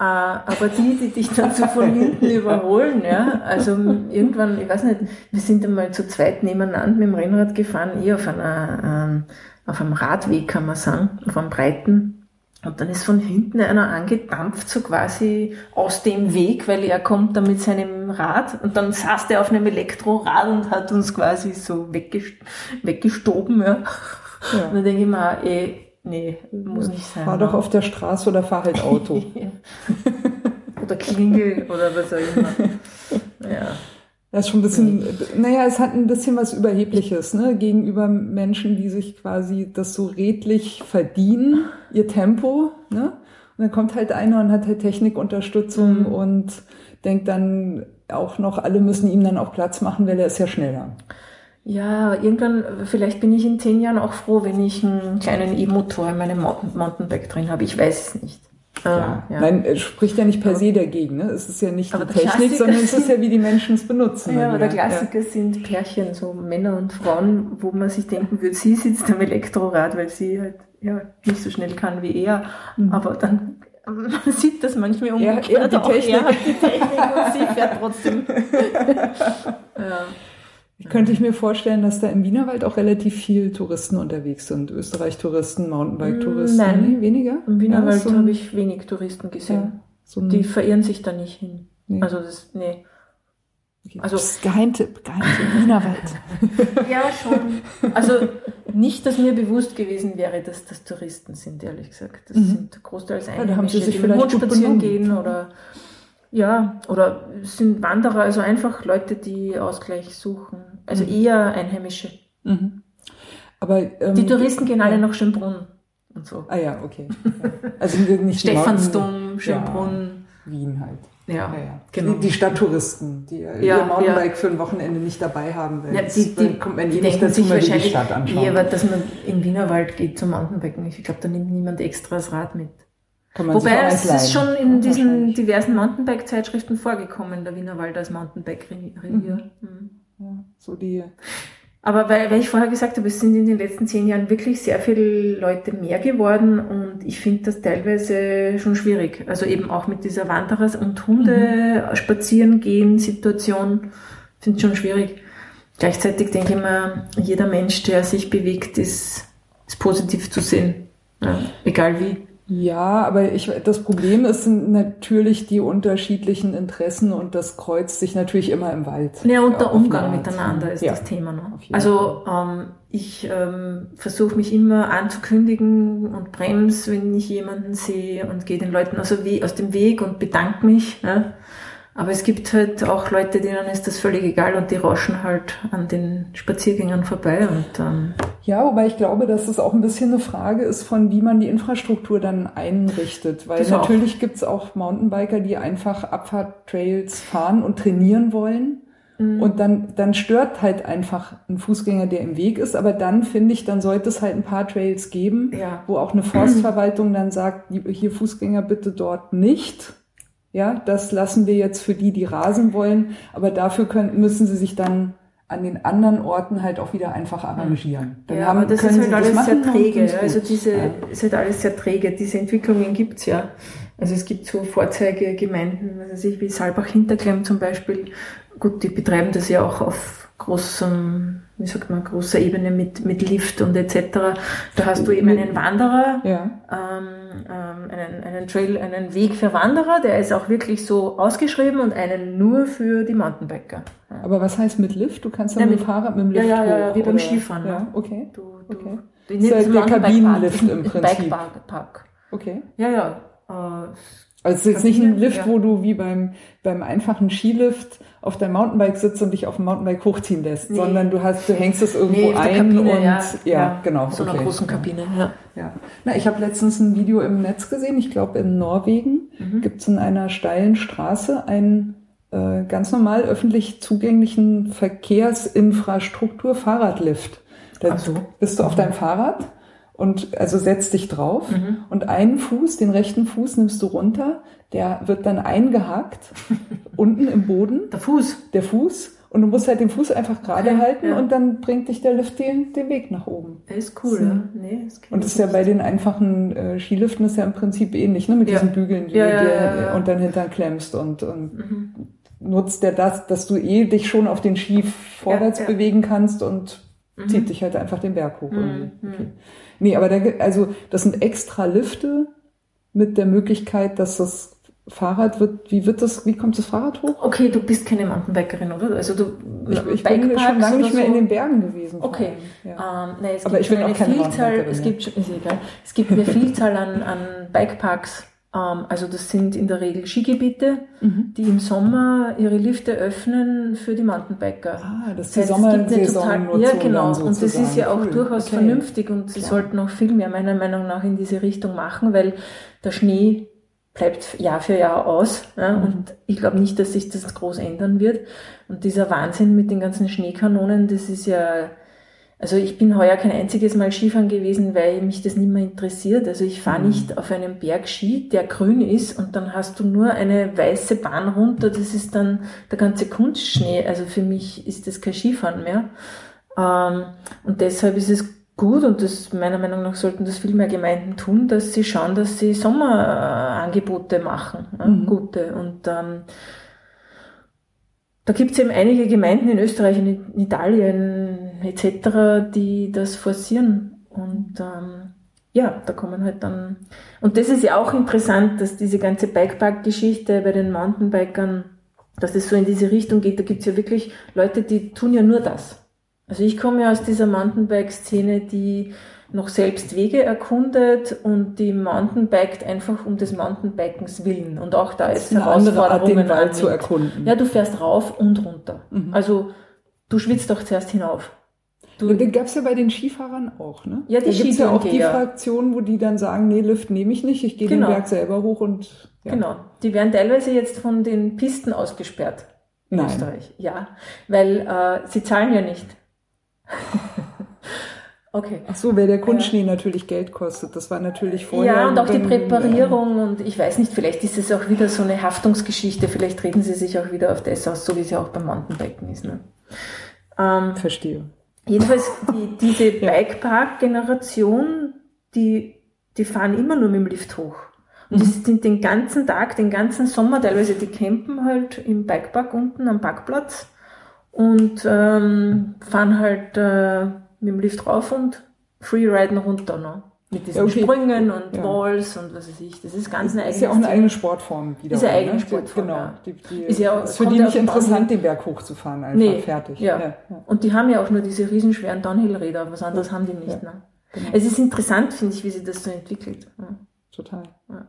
aber die, die dich dann so von hinten überholen, ja, also irgendwann, ich weiß nicht, wir sind einmal zu zweit nebeneinander mit dem Rennrad gefahren, ich auf einer, ähm, auf einem Radweg, kann man sagen, auf einem breiten, und dann ist von hinten einer angedampft, so quasi aus dem Weg, weil er kommt da mit seinem Rad, und dann saß der auf einem Elektrorad und hat uns quasi so weggest- weggestoben, ja. Ja. Und dann denke ich mir, ey, nee, muss nicht sein. Fahr doch auf der Straße oder fahr halt Auto. Oder Klingel oder was auch immer. Ja. Das ist schon ein bisschen, naja, es hat ein bisschen was Überhebliches, ne, gegenüber Menschen, die sich quasi das so redlich verdienen, ihr Tempo, ne. Und dann kommt halt einer und hat halt Technikunterstützung mhm. und denkt dann auch noch, alle müssen ihm dann auch Platz machen, weil er ist ja schneller. Ja, irgendwann, vielleicht bin ich in zehn Jahren auch froh, wenn ich einen kleinen E-Motor in meinem Mountainbike drin habe. Ich weiß es nicht. Ja. Ja. Nein, es spricht ja nicht per se dagegen. Ne? Es ist ja nicht aber die Technik, Klassiker sondern es ist ja, wie die Menschen es benutzen. Ja, aber der Klassiker ja. sind Pärchen, so Männer und Frauen, wo man sich denken würde, sie sitzt am Elektrorad, weil sie halt ja nicht so schnell kann wie er. Mhm. Aber dann man sieht das manchmal umgekehrt. Er, er, die auch, er hat die Technik und sie fährt trotzdem. Ja. Könnte ich mir vorstellen, dass da im Wienerwald auch relativ viel Touristen unterwegs sind. Österreich-Touristen, Mountainbike-Touristen. Nein, nee, weniger? Im Wienerwald ja, so habe ich wenig Touristen gesehen. Ja, so die verirren sich da nicht hin. Nee. Also das, nee. Also Psst, Geheimtipp, Geheimtipp, Wienerwald. Ja, schon. Also nicht, dass mir bewusst gewesen wäre, dass das Touristen sind, ehrlich gesagt. Das mhm. sind großteils Einheimische, ja, da haben sie sich die vielleicht mit Hund spazieren gehen oder ja, oder es sind Wanderer, also einfach Leute, die Ausgleich suchen. Also mhm. eher Einheimische. Mhm. Aber ähm, die Touristen gehen alle nach Schönbrunn und so. Ah ja, okay. Ja. Also nicht Stephansdom, Schönbrunn. Ja, Wien halt. Ja, ja, ja. genau. Die, die Stadttouristen, die ja, ihr Mountainbike ja. für ein Wochenende nicht dabei haben, weil ja, die, die, kommt man die eh nicht dazu, mal die Stadt anschauen. Eher, dass man im Wienerwald geht zum Mountainbiken. Ich glaube, da nimmt niemand extra das Rad mit. Wobei es ist schon in diesen diversen Mountainbike-Zeitschriften vorgekommen, der Wienerwald als Mountainbike-Revier. Mhm. Ja, so die. Aber weil, weil ich vorher gesagt habe, es sind in den letzten zehn Jahren wirklich sehr viele Leute mehr geworden und ich finde das teilweise schon schwierig. Also eben auch mit dieser Wanderer- und Hunde-Spazieren-Gehen-Situation finde ich schon schwierig. Gleichzeitig denke ich mir, jeder Mensch, der sich bewegt, ist, ist positiv zu sehen. Ja, egal wie. Ja, aber ich, das Problem ist sind natürlich die unterschiedlichen Interessen und das kreuzt sich natürlich immer im Wald. Ja, und der Umgang miteinander ist ja. das Thema. Ne? Also ähm, ich ähm, versuche mich immer anzukündigen und bremse, wenn ich jemanden sehe und gehe den Leuten also wie aus dem Weg und bedanke mich. Ja? Aber es gibt halt auch Leute, denen ist das völlig egal und die rauschen halt an den Spaziergängern vorbei. Und ähm ja, wobei ich glaube, dass es auch ein bisschen eine Frage ist, von wie man die Infrastruktur dann einrichtet. Weil natürlich gibt es auch Mountainbiker, die einfach Abfahrttrails fahren und trainieren wollen. Mhm. Und dann, dann stört halt einfach ein Fußgänger, der im Weg ist. Aber dann finde ich, dann sollte es halt ein paar Trails geben, ja. wo auch eine Forstverwaltung dann sagt, hier Fußgänger bitte dort nicht. Ja, das lassen wir jetzt für die, die rasen wollen, aber dafür können, müssen sie sich dann an den anderen Orten halt auch wieder einfach arrangieren. Dann ja, haben, aber das können ist halt alles sehr träge. Also diese, ja. ist halt alles sehr träge. Diese Entwicklungen gibt's ja. Also es gibt so Vorzeigegemeinden, was weiß ich, wie Saalbach-Hinterklemm zum Beispiel. Gut, die betreiben das ja auch auf großem, wie sagt man, großer Ebene mit, mit Lift und et cetera. Da hast du eben einen Wanderer, ja. ähm, ähm, einen, einen Trail, einen Weg für Wanderer, der ist auch wirklich so ausgeschrieben und einen nur für die Mountainbiker. Ja. Aber was heißt mit Lift? Du kannst dann ja, mit dem Fahrrad mit dem Lift ja, ja, ja, hoch, wie beim oder? Skifahren. Ja, ne? okay. Du, du, okay. Du, das ist halt der Kabinenlift im Prinzip. Bikepark. Okay. Ja, ja. Äh, Also es ist jetzt nicht ein Lift, ja. wo du wie beim beim einfachen Skilift auf deinem Mountainbike sitzt und dich auf dem Mountainbike hochziehen lässt, nee. sondern du hast, du hängst es irgendwo nee, ein Kabine, und ja, ja, ja genau. So okay. einer großen Kabine, ja. ja. Na, ich habe letztens ein Video im Netz gesehen, ich glaube in Norwegen mhm. gibt es in einer steilen Straße einen äh, ganz normal öffentlich zugänglichen Verkehrsinfrastruktur Fahrradlift. Da so. bist du auf deinem Fahrrad und also setzt dich drauf mhm. und einen Fuß, den rechten Fuß nimmst du runter, der wird dann eingehakt unten im Boden. Der Fuß? Der Fuß. Und du musst halt den Fuß einfach gerade Okay, halten ja. und dann bringt dich der Lift den, den Weg nach oben. Das ist cool, So. ja. Nee, das Und das ist ja bei den einfachen äh, Skiliften ist ja im Prinzip ähnlich, ne? Mit Ja. diesen Bügeln, die Ja, du ja, dir ja, ja. und dann hintern klemmst und, und Mhm. nutzt der das, dass du eh dich schon auf den Ski vorwärts Ja, ja. bewegen kannst und Mhm. zieht dich halt einfach den Berg hoch. Mhm, irgendwie. mhm. Okay. Nee, aber da, ge- also das sind extra Lifte mit der Möglichkeit, dass das Fahrrad wird, wie wird das, wie kommt das Fahrrad hoch? Okay, du bist keine Mountainbikerin, oder? Also du Ich, ich bin schon Bikeparks lange nicht oder mehr so? in den Bergen gewesen. vor Okay. allem, Ja. Ähm, nein, es Aber gibt ich bin schon auch eine keine Vielzahl, Mountainbikerin, es ja. gibt, schon- ist egal. Es gibt eine Vielzahl an, an Bikeparks. Ähm, also das sind in der Regel Skigebiete, Mhm. die im Sommer ihre Lifte öffnen für die Mountainbiker. Ah, das ist die Das heißt, es gibt eine Sommersaison total- Ja, genau. dann Und das ist sozusagen. ja auch Cool. durchaus Okay. vernünftig und sie Klar. sollten auch viel mehr meiner Meinung nach in diese Richtung machen, weil der Schnee bleibt Jahr für Jahr aus. Ja, Mhm. und ich glaube nicht, dass sich das groß ändern wird. Und dieser Wahnsinn mit den ganzen Schneekanonen, das ist ja, also ich bin heuer kein einziges Mal Skifahren gewesen, weil mich das nicht mehr interessiert. Also ich fahre Mhm. nicht auf einem Berg Ski, der grün ist und dann hast du nur eine weiße Bahn runter. Das ist dann der ganze Kunstschnee. Also für mich ist das kein Skifahren mehr. Ähm, und deshalb ist es gut und das meiner Meinung nach sollten das viel mehr Gemeinden tun, dass sie schauen, dass sie Sommerangebote machen, ja, Mhm. gute. Und ähm, da gibt es eben einige Gemeinden in Österreich, in Italien et cetera, die das forcieren. Und ähm, ja, da kommen halt dann... Und das ist ja auch interessant, dass diese ganze Bikepark-Geschichte bei den Mountainbikern, dass das so in diese Richtung geht. Da gibt es ja wirklich Leute, die tun ja nur das. Also ich komme ja aus dieser Mountainbike-Szene, die noch selbst Wege erkundet und die Mountainbiked einfach um des Mountainbikens willen. Und auch da ist eine andere Art, den Herausforderungen Wald zu annimmt. erkunden. Ja, du fährst rauf und runter. Mhm. Also du schwitzt doch zuerst hinauf. Du, Ja, den gab's ja bei den Skifahrern auch, ne? Ja, die da gibt's ja auch die Skitourengeher. Fraktion, wo die dann sagen, nee, Lift nehme ich nicht, ich gehe Genau. den Berg selber hoch und ja. Genau. Die werden teilweise jetzt von den Pisten ausgesperrt in Nein. Österreich. Ja, weil äh, sie zahlen ja nicht. Okay. Ach so, weil der Kunstschnee natürlich Geld kostet. Das war natürlich vorher. Ja, und auch die dann, Präparierung und ich weiß nicht, vielleicht ist es auch wieder so eine Haftungsgeschichte, vielleicht reden sie sich auch wieder auf das aus, so wie es ja auch beim Mountainbiken ist. Ne? Ähm, Äh, verstehe. jedenfalls, die, diese Bikepark-Generation, die, die fahren immer nur mit dem Lift hoch. Und die sind den ganzen Tag, den ganzen Sommer, teilweise die campen halt im Bikepark unten am Parkplatz und ähm, fahren halt äh, mit dem Lift rauf und freeriden runter, ne? Mit diesen Ja, okay. Sprüngen und Ja. Walls und was weiß ich. Das ist ganz Ist, eine ist ja auch eine eigene eigene Sportform wieder. Ist eine eigene Sportform, Genau. ja. Die, die, Ist ja auch- ist für kommt die ja nicht aus dem interessant, Downhill. den Berg hochzufahren. Einfach Nee, fertig. Ja. Ja, ja. Und die haben ja auch nur diese riesenschweren Downhill-Räder, was anderes haben die nicht. Ja. Ne? Genau. Es ist interessant, finde ich, wie sich das so entwickelt. Ja. Total. Ja.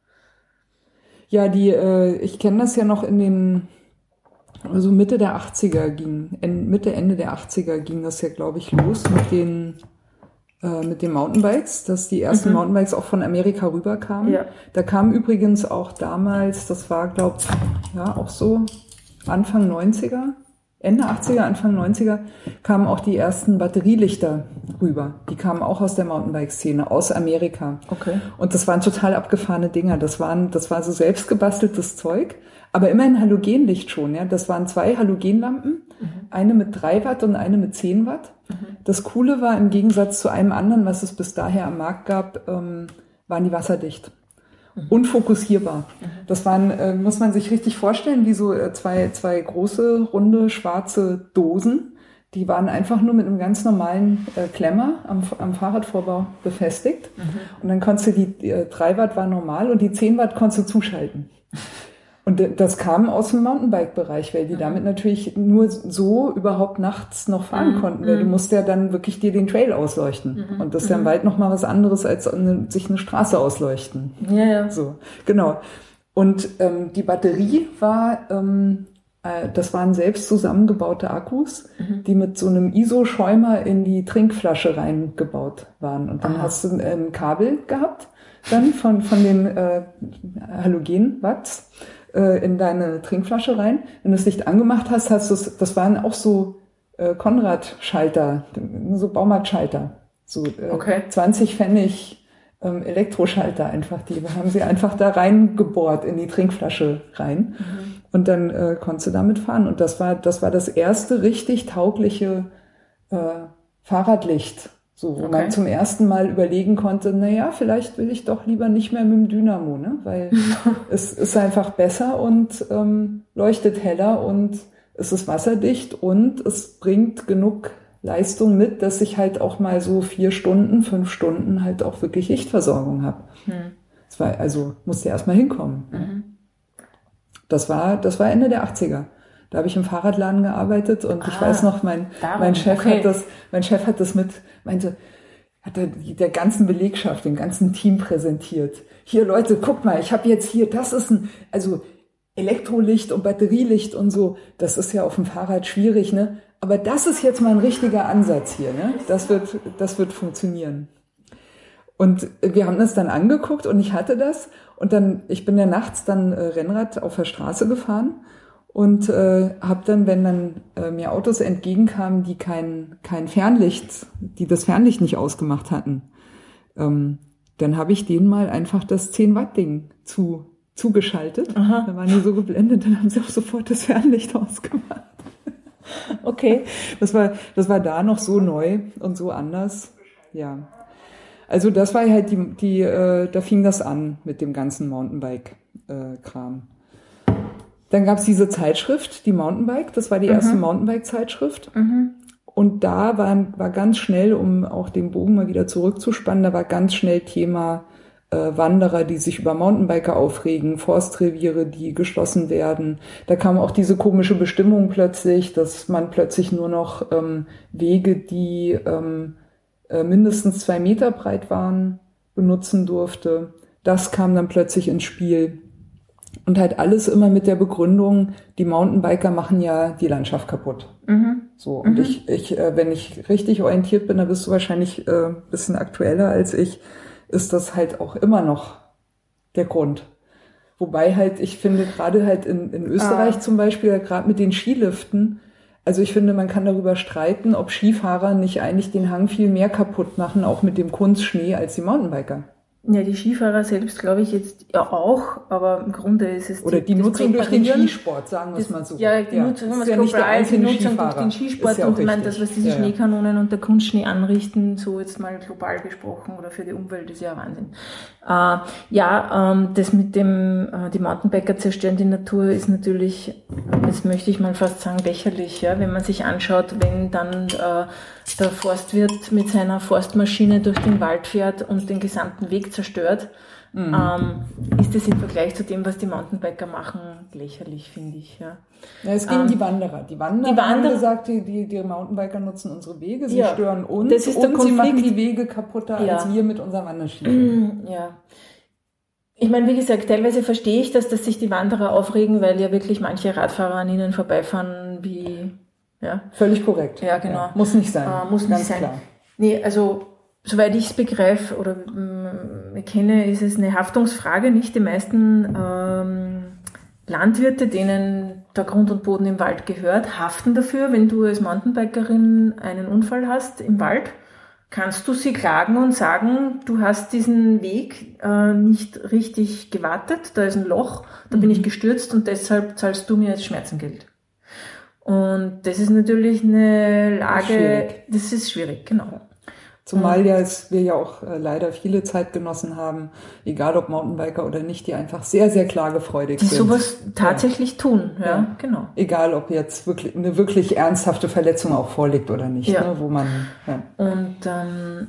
Ja, die, äh, ich kenne das ja noch in den, also Mitte der achtziger ging, en, Mitte, Ende der achtziger ging das ja, glaube ich, los mit den, äh, mit den Mountainbikes, dass die ersten Mhm. Mountainbikes auch von Amerika rüberkamen. Ja. Da kam übrigens auch damals, das war, glaube ich, ja, auch so Anfang neunziger, Ende achtziger, Anfang neunziger, kamen auch die ersten Batterielichter rüber. Die kamen auch aus der Mountainbike-Szene, aus Amerika. Okay. Und das waren total abgefahrene Dinger. Das waren, das war so selbst gebasteltes Zeug, aber immerhin Halogenlicht schon, ja. Das waren zwei Halogenlampen, Mhm. eine mit drei Watt und eine mit zehn Watt. Mhm. Das Coole war, im Gegensatz zu einem anderen, was es bis daher am Markt gab, ähm, waren die wasserdicht. Und fokussierbar. Das waren, äh, muss man sich richtig vorstellen, wie so äh, zwei, zwei große, runde, schwarze Dosen. Die waren einfach nur mit einem ganz normalen äh, Klemmer am, am Fahrradvorbau befestigt. Mhm. Und dann konntest du die, die äh, drei Watt war normal und die zehn Watt konntest du zuschalten. Und d- das kam aus dem Mountainbike-Bereich, weil die damit natürlich nur so überhaupt nachts noch fahren Mhm. konnten, weil du musst ja dann wirklich dir den Trail ausleuchten. Mhm. Und das ist ja im Wald noch mal was anderes, als eine, sich eine Straße ausleuchten. Ja, ja. So, genau. Und ähm, die Batterie war, ähm, äh, das waren selbst zusammengebaute Akkus, Mhm. die mit so einem I S O-Schäumer in die Trinkflasche reingebaut waren. Und dann Aha. hast du ein, ein Kabel gehabt, dann von, von den äh, Halogen-Watts äh, in deine Trinkflasche rein. Wenn du das Licht angemacht hast, hast du es, das waren auch so äh, Konrad-Schalter, so Baumarktschalter. So äh, Okay. zwanzig Pfennig ähm, Elektroschalter einfach, die haben sie einfach da reingebohrt in die Trinkflasche rein. Mhm. Und dann äh, konntest du damit fahren. Und das war, das war das erste richtig taugliche äh, Fahrradlicht. So, wo okay. man zum ersten Mal überlegen konnte, na ja, vielleicht will ich doch lieber nicht mehr mit dem Dynamo, ne? Weil es ist einfach besser und ähm, leuchtet heller und es ist wasserdicht und es bringt genug Leistung mit, dass ich halt auch mal so vier Stunden, fünf Stunden halt auch wirklich Lichtversorgung habe. Hm. Das war, also musste erst mal hinkommen. Mhm. Ne? Das war, das war Ende der achtziger. Da habe ich im Fahrradladen gearbeitet und ah, ich weiß noch, mein, mein Chef okay. hat das, mein Chef hat das mit, meinte, hat er der ganzen Belegschaft, dem ganzen Team präsentiert. Hier Leute, guck mal, ich habe jetzt hier, das ist ein, also Elektrolicht und Batterielicht und so, das ist ja auf dem Fahrrad schwierig, ne? Aber das ist jetzt mal ein richtiger Ansatz hier, ne? Das wird, das wird funktionieren. Und wir haben das dann angeguckt und ich hatte das und dann, ich bin ja nachts dann äh, Rennrad auf der Straße gefahren. Und äh, habe dann, wenn dann äh, mir Autos entgegenkamen, die kein kein Fernlicht, die das Fernlicht nicht ausgemacht hatten, ähm, dann habe ich denen mal einfach das zehn Watt Ding zu zugeschaltet. Aha. Da waren die so geblendet, dann haben sie auch sofort das Fernlicht ausgemacht. Okay, das war das war da noch so neu und so anders. Ja, also das war halt die die äh, da fing das an mit dem ganzen Mountainbike-Kram. Äh, Dann gab es diese Zeitschrift, die Mountainbike, das war die erste mhm. Mountainbike-Zeitschrift. Mhm. Und da war, war ganz schnell, um auch den Bogen mal wieder zurückzuspannen, da war ganz schnell Thema äh, Wanderer, die sich über Mountainbiker aufregen, Forstreviere, die geschlossen werden. Da kam auch diese komische Bestimmung plötzlich, dass man plötzlich nur noch ähm, Wege, die ähm, äh, mindestens zwei Meter breit waren, benutzen durfte. Das kam dann plötzlich ins Spiel. Und halt alles immer mit der Begründung, die Mountainbiker machen ja die Landschaft kaputt. Mhm. So, und mhm. ich, ich, äh, wenn ich richtig orientiert bin, da bist du wahrscheinlich äh, ein bisschen aktueller als ich, ist das halt auch immer noch der Grund. Wobei halt, ich finde, gerade halt in, in Österreich ah. zum Beispiel, gerade mit den Skiliften, also ich finde, man kann darüber streiten, ob Skifahrer nicht eigentlich den Hang viel mehr kaputt machen, auch mit dem Kunstschnee, als die Mountainbiker. Ja, die Skifahrer selbst glaube ich jetzt ja auch, aber im Grunde ist es... Oder die, die Nutzung durch den Skisport, sagen wir es mal so. Ja, die ja, Nutzung, das ist ja nicht der einzelne die Nutzung durch den Skisport ja und ich meine, das, was diese ja, Schneekanonen ja. und der Kunstschnee anrichten, so jetzt mal global gesprochen oder für die Umwelt, ist ja Wahnsinn. Äh, ja, ähm, das mit dem, äh, die Mountainbiker zerstören die Natur ist natürlich, das möchte ich mal fast sagen, lächerlich, ja, wenn man sich anschaut, wenn dann äh, der Forstwirt mit seiner Forstmaschine durch den Wald fährt und den gesamten Weg zerstört, mhm. ähm, ist das im Vergleich zu dem, was die Mountainbiker machen, lächerlich, finde ich. Ja. Ja, es ging ähm, die Wanderer. Die Wanderer die Wander- haben gesagt, die, die, die Mountainbiker nutzen unsere Wege, sie ja, stören uns das ist und der sie machen die Wege kaputter ja. als wir mit unseren Wanderstiefeln. Ja. Ich meine, wie gesagt, teilweise verstehe ich das, dass sich die Wanderer aufregen, weil ja wirklich manche Radfahrer an ihnen vorbeifahren wie... Ja. Völlig korrekt. Ja, genau. Ja, muss nicht sein. Äh, muss nicht Ganz sein. Klar. Nee, also, soweit ich es begreife oder äh, kenne, ist es eine Haftungsfrage. Nicht die meisten ähm, Landwirte, denen der Grund und Boden im Wald gehört, haften dafür. Wenn du als Mountainbikerin einen Unfall hast im Wald, kannst du sie klagen und sagen, du hast diesen Weg äh, nicht richtig gewartet, da ist ein Loch, da mhm. bin ich gestürzt und deshalb zahlst du mir jetzt Schmerzengeld. Und das ist natürlich eine Lage, schwierig. Das ist schwierig, genau. Zumal ja es, wir ja auch äh, leider viele Zeitgenossen haben, egal ob Mountainbiker oder nicht, die einfach sehr, sehr klagefreudig die sind. Die sowas tatsächlich ja. tun, ja, ja, genau. Egal ob jetzt wirklich eine wirklich ernsthafte Verletzung auch vorliegt oder nicht, ja. ne, wo man, ja. Und ähm,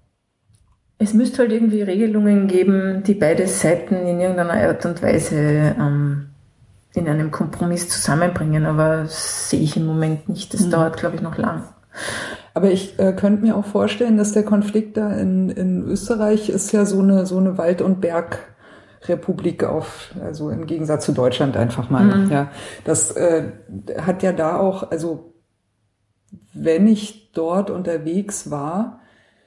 es müsste halt irgendwie Regelungen geben, die beide Seiten in irgendeiner Art und Weise ähm, in einem Kompromiss zusammenbringen, aber das sehe ich im Moment nicht. Das mhm. dauert, glaube ich, noch lang. Aber ich äh, könnte mir auch vorstellen, dass der Konflikt da in, in Österreich ist ja so eine so eine Wald- und Bergrepublik auf, also im Gegensatz zu Deutschland einfach mal. Mhm. Ja, das äh, hat ja da auch, also wenn ich dort unterwegs war,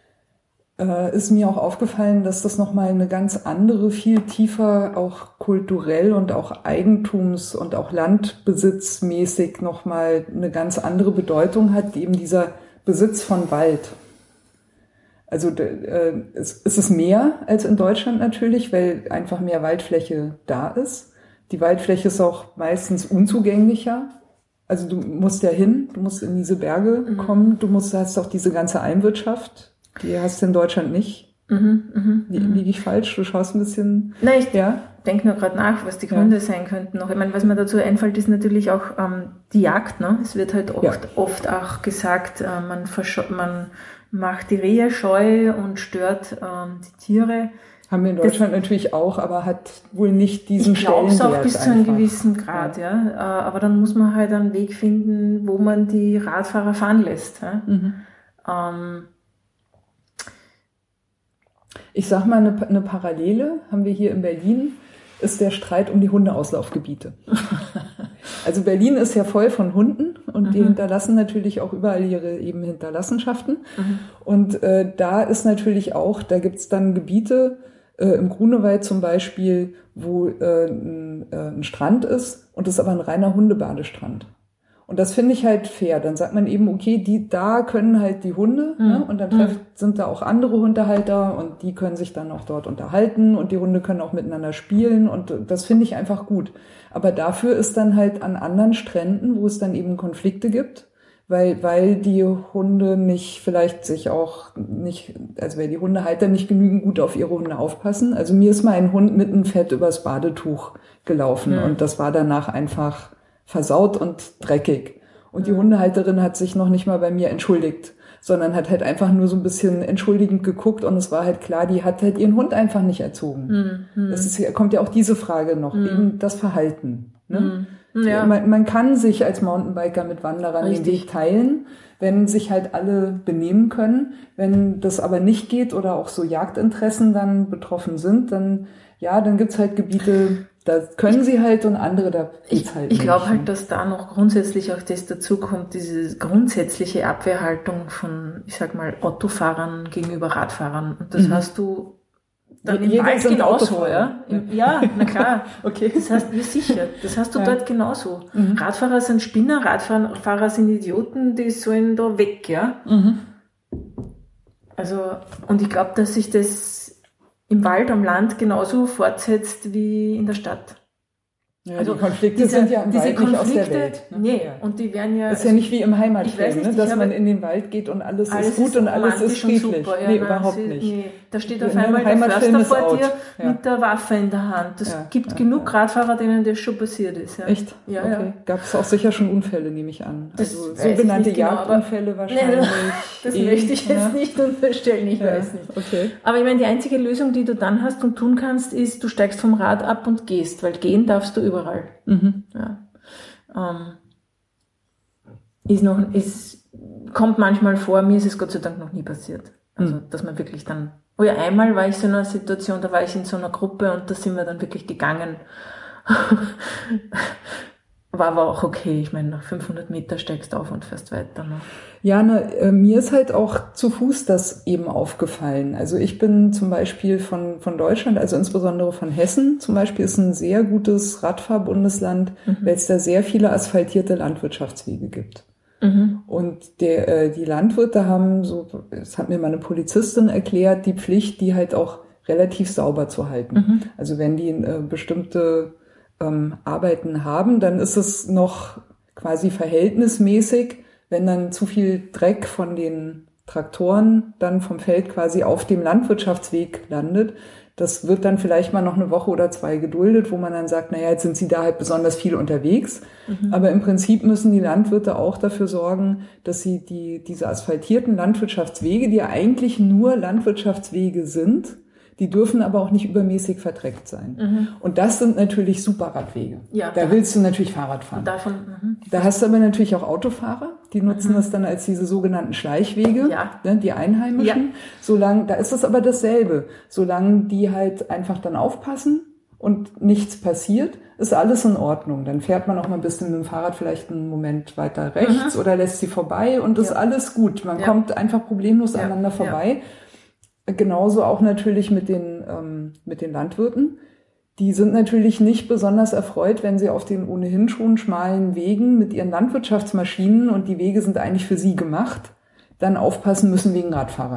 äh, ist mir auch aufgefallen, dass das nochmal eine ganz andere, viel tiefer auch kulturell und auch Eigentums- und auch landbesitzmäßig nochmal eine ganz andere Bedeutung hat, eben dieser Besitz von Wald. Also äh, es, es ist mehr als in Deutschland natürlich, weil einfach mehr Waldfläche da ist. Die Waldfläche ist auch meistens unzugänglicher. Also du musst ja hin, du musst in diese Berge mhm. kommen, du musst, hast auch diese ganze Almwirtschaft, die hast du in Deutschland nicht. Mhm, mh, Liege ich falsch? Du schaust ein bisschen... Nein, ich ja? denke nur gerade nach, was die Gründe ja. sein könnten noch. Ich meine, was mir dazu einfällt, ist natürlich auch ähm, die Jagd. Ne? Es wird halt oft, ja. oft auch gesagt, äh, man, versch- man macht die Rehe scheu und stört ähm, die Tiere. Haben wir in Deutschland das, natürlich auch, aber hat wohl nicht diesen Stellenwert. Ich glaube es auch bis einfach. Zu einem gewissen Grad, ja. ja. Aber dann muss man halt einen Weg finden, wo man die Radfahrer fahren lässt. Ja? Mhm. Ähm, ich sag mal, eine, eine Parallele haben wir hier in Berlin, ist der Streit um die Hundeauslaufgebiete. Also Berlin ist ja voll von Hunden und mhm. die hinterlassen natürlich auch überall ihre eben Hinterlassenschaften. Mhm. Und äh, da ist natürlich auch, da gibt's dann Gebiete, Äh, im Grunewald zum Beispiel, wo äh, ein, äh, ein Strand ist und das ist aber ein reiner Hundebadestrand. Und das finde ich halt fair. Dann sagt man eben, okay, die da können halt die Hunde mhm. ne? Und dann treff, sind da auch andere Hundehalter und die können sich dann auch dort unterhalten und die Hunde können auch miteinander spielen und das finde ich einfach gut. Aber dafür ist dann halt an anderen Stränden, wo es dann eben Konflikte gibt, weil weil die Hunde nicht vielleicht sich auch nicht, also weil die Hundehalter nicht genügend gut auf ihre Hunde aufpassen. Also mir ist mal ein Hund mit einem Fett übers Badetuch gelaufen mhm. und das war danach einfach versaut und dreckig. Und die mhm. Hundehalterin hat sich noch nicht mal bei mir entschuldigt, sondern hat halt einfach nur so ein bisschen entschuldigend geguckt und es war halt klar, die hat halt ihren Hund einfach nicht erzogen. Mhm. Das ist, kommt ja auch diese Frage noch, mhm. eben das Verhalten. Ne? Mhm. Ja. Man, man kann sich als Mountainbiker mit Wanderern Richtig. Den Weg teilen, wenn sich halt alle benehmen können. Wenn das aber nicht geht oder auch so Jagdinteressen dann betroffen sind, dann ja, dann gibt's halt Gebiete, da können ich, sie halt und andere, da geht's ich, halt Ich glaube nicht. halt, dass da noch grundsätzlich auch das dazu kommt, diese grundsätzliche Abwehrhaltung von, ich sag mal, Autofahrern gegenüber Radfahrern. Und das mhm. hast du dann im Jeder Wald genauso, ja? ja? Ja, na klar. Okay. Das heißt, wie sicher, das hast du ja. dort genauso. Mhm. Radfahrer sind Spinner, Radfahrer sind Idioten, die sollen da weg, ja? Mhm. Also, und ich glaube, dass sich das im Wald, am Land genauso fortsetzt wie in der Stadt. Ja, also die Konflikte diese, sind ja im Wald nicht aus der Welt. Ne? Nee, ja. Und die werden ja... Das ist ja nicht wie im Heimatfilm, ne? Dass man in den Wald geht und alles, alles ist gut ist und alles ist friedlich. Super, ja, nee, nein, überhaupt sie, nicht. Nee. Da steht auf einmal der Förster vor dir ja. mit der Waffe in der Hand. Es ja, gibt ja, genug ja. Radfahrer, denen das schon passiert ist. Ja. Echt? Ja, okay. ja. Gab es auch sicher schon Unfälle, nehme ich an. Das also sogenannte Jagdunfälle genau, wahrscheinlich. Nee, das eh, möchte ich jetzt ja. nicht unterstellen, ich ja. weiß nicht. Okay. Aber ich meine, die einzige Lösung, die du dann hast und tun kannst, ist, du steigst vom Rad ab und gehst, weil gehen darfst du überall. Mhm. Ja. Ähm, ist noch, ist, kommt manchmal vor, mir ist es Gott sei Dank noch nie passiert. Also, mhm. dass man wirklich dann, oh ja, einmal war ich so in einer Situation, da war ich in so einer Gruppe und da sind wir dann wirklich gegangen. War aber auch okay. Ich meine, nach fünfhundert Meter steigst du auf und fährst weiter. Ne? Ja, ne, äh, mir ist halt auch zu Fuß das eben aufgefallen. Also ich bin zum Beispiel von, von Deutschland, also insbesondere von Hessen zum Beispiel, ist ein sehr gutes Radfahrbundesland, mhm. weil es da sehr viele asphaltierte Landwirtschaftswege gibt. Mhm. Und der, äh, die Landwirte haben, so, das hat mir meine Polizistin erklärt, die Pflicht, die halt auch relativ sauber zu halten. Mhm. Also wenn die äh, bestimmte ähm, Arbeiten haben, dann ist es noch quasi verhältnismäßig, wenn dann zu viel Dreck von den Traktoren dann vom Feld quasi auf dem Landwirtschaftsweg landet. Das wird dann vielleicht mal noch eine Woche oder zwei geduldet, wo man dann sagt, naja, jetzt sind sie da halt besonders viel unterwegs. Mhm. Aber im Prinzip müssen die Landwirte auch dafür sorgen, dass sie die diese asphaltierten Landwirtschaftswege, die ja eigentlich nur Landwirtschaftswege sind, die dürfen aber auch nicht übermäßig verdreckt sein. Mhm. Und das sind natürlich super Radwege. Ja, da willst du natürlich Fahrrad fahren. Davon, mhm. Da hast du aber natürlich auch Autofahrer, die nutzen mhm. das dann als diese sogenannten Schleichwege, ja. ne, die Einheimischen. Ja. Solange, da ist es aber dasselbe. Solange die halt einfach dann aufpassen und nichts passiert, ist alles in Ordnung. Dann fährt man auch mal ein bisschen mit dem Fahrrad vielleicht einen Moment weiter rechts mhm. oder lässt sie vorbei und ist ja. alles gut. Man ja. kommt einfach problemlos ja. aneinander vorbei. Ja. Genauso auch natürlich mit den, ähm, mit den Landwirten. Die sind natürlich nicht besonders erfreut, wenn sie auf den ohnehin schon schmalen Wegen mit ihren Landwirtschaftsmaschinen, und die Wege sind eigentlich für sie gemacht, dann aufpassen müssen wegen Radfahrern.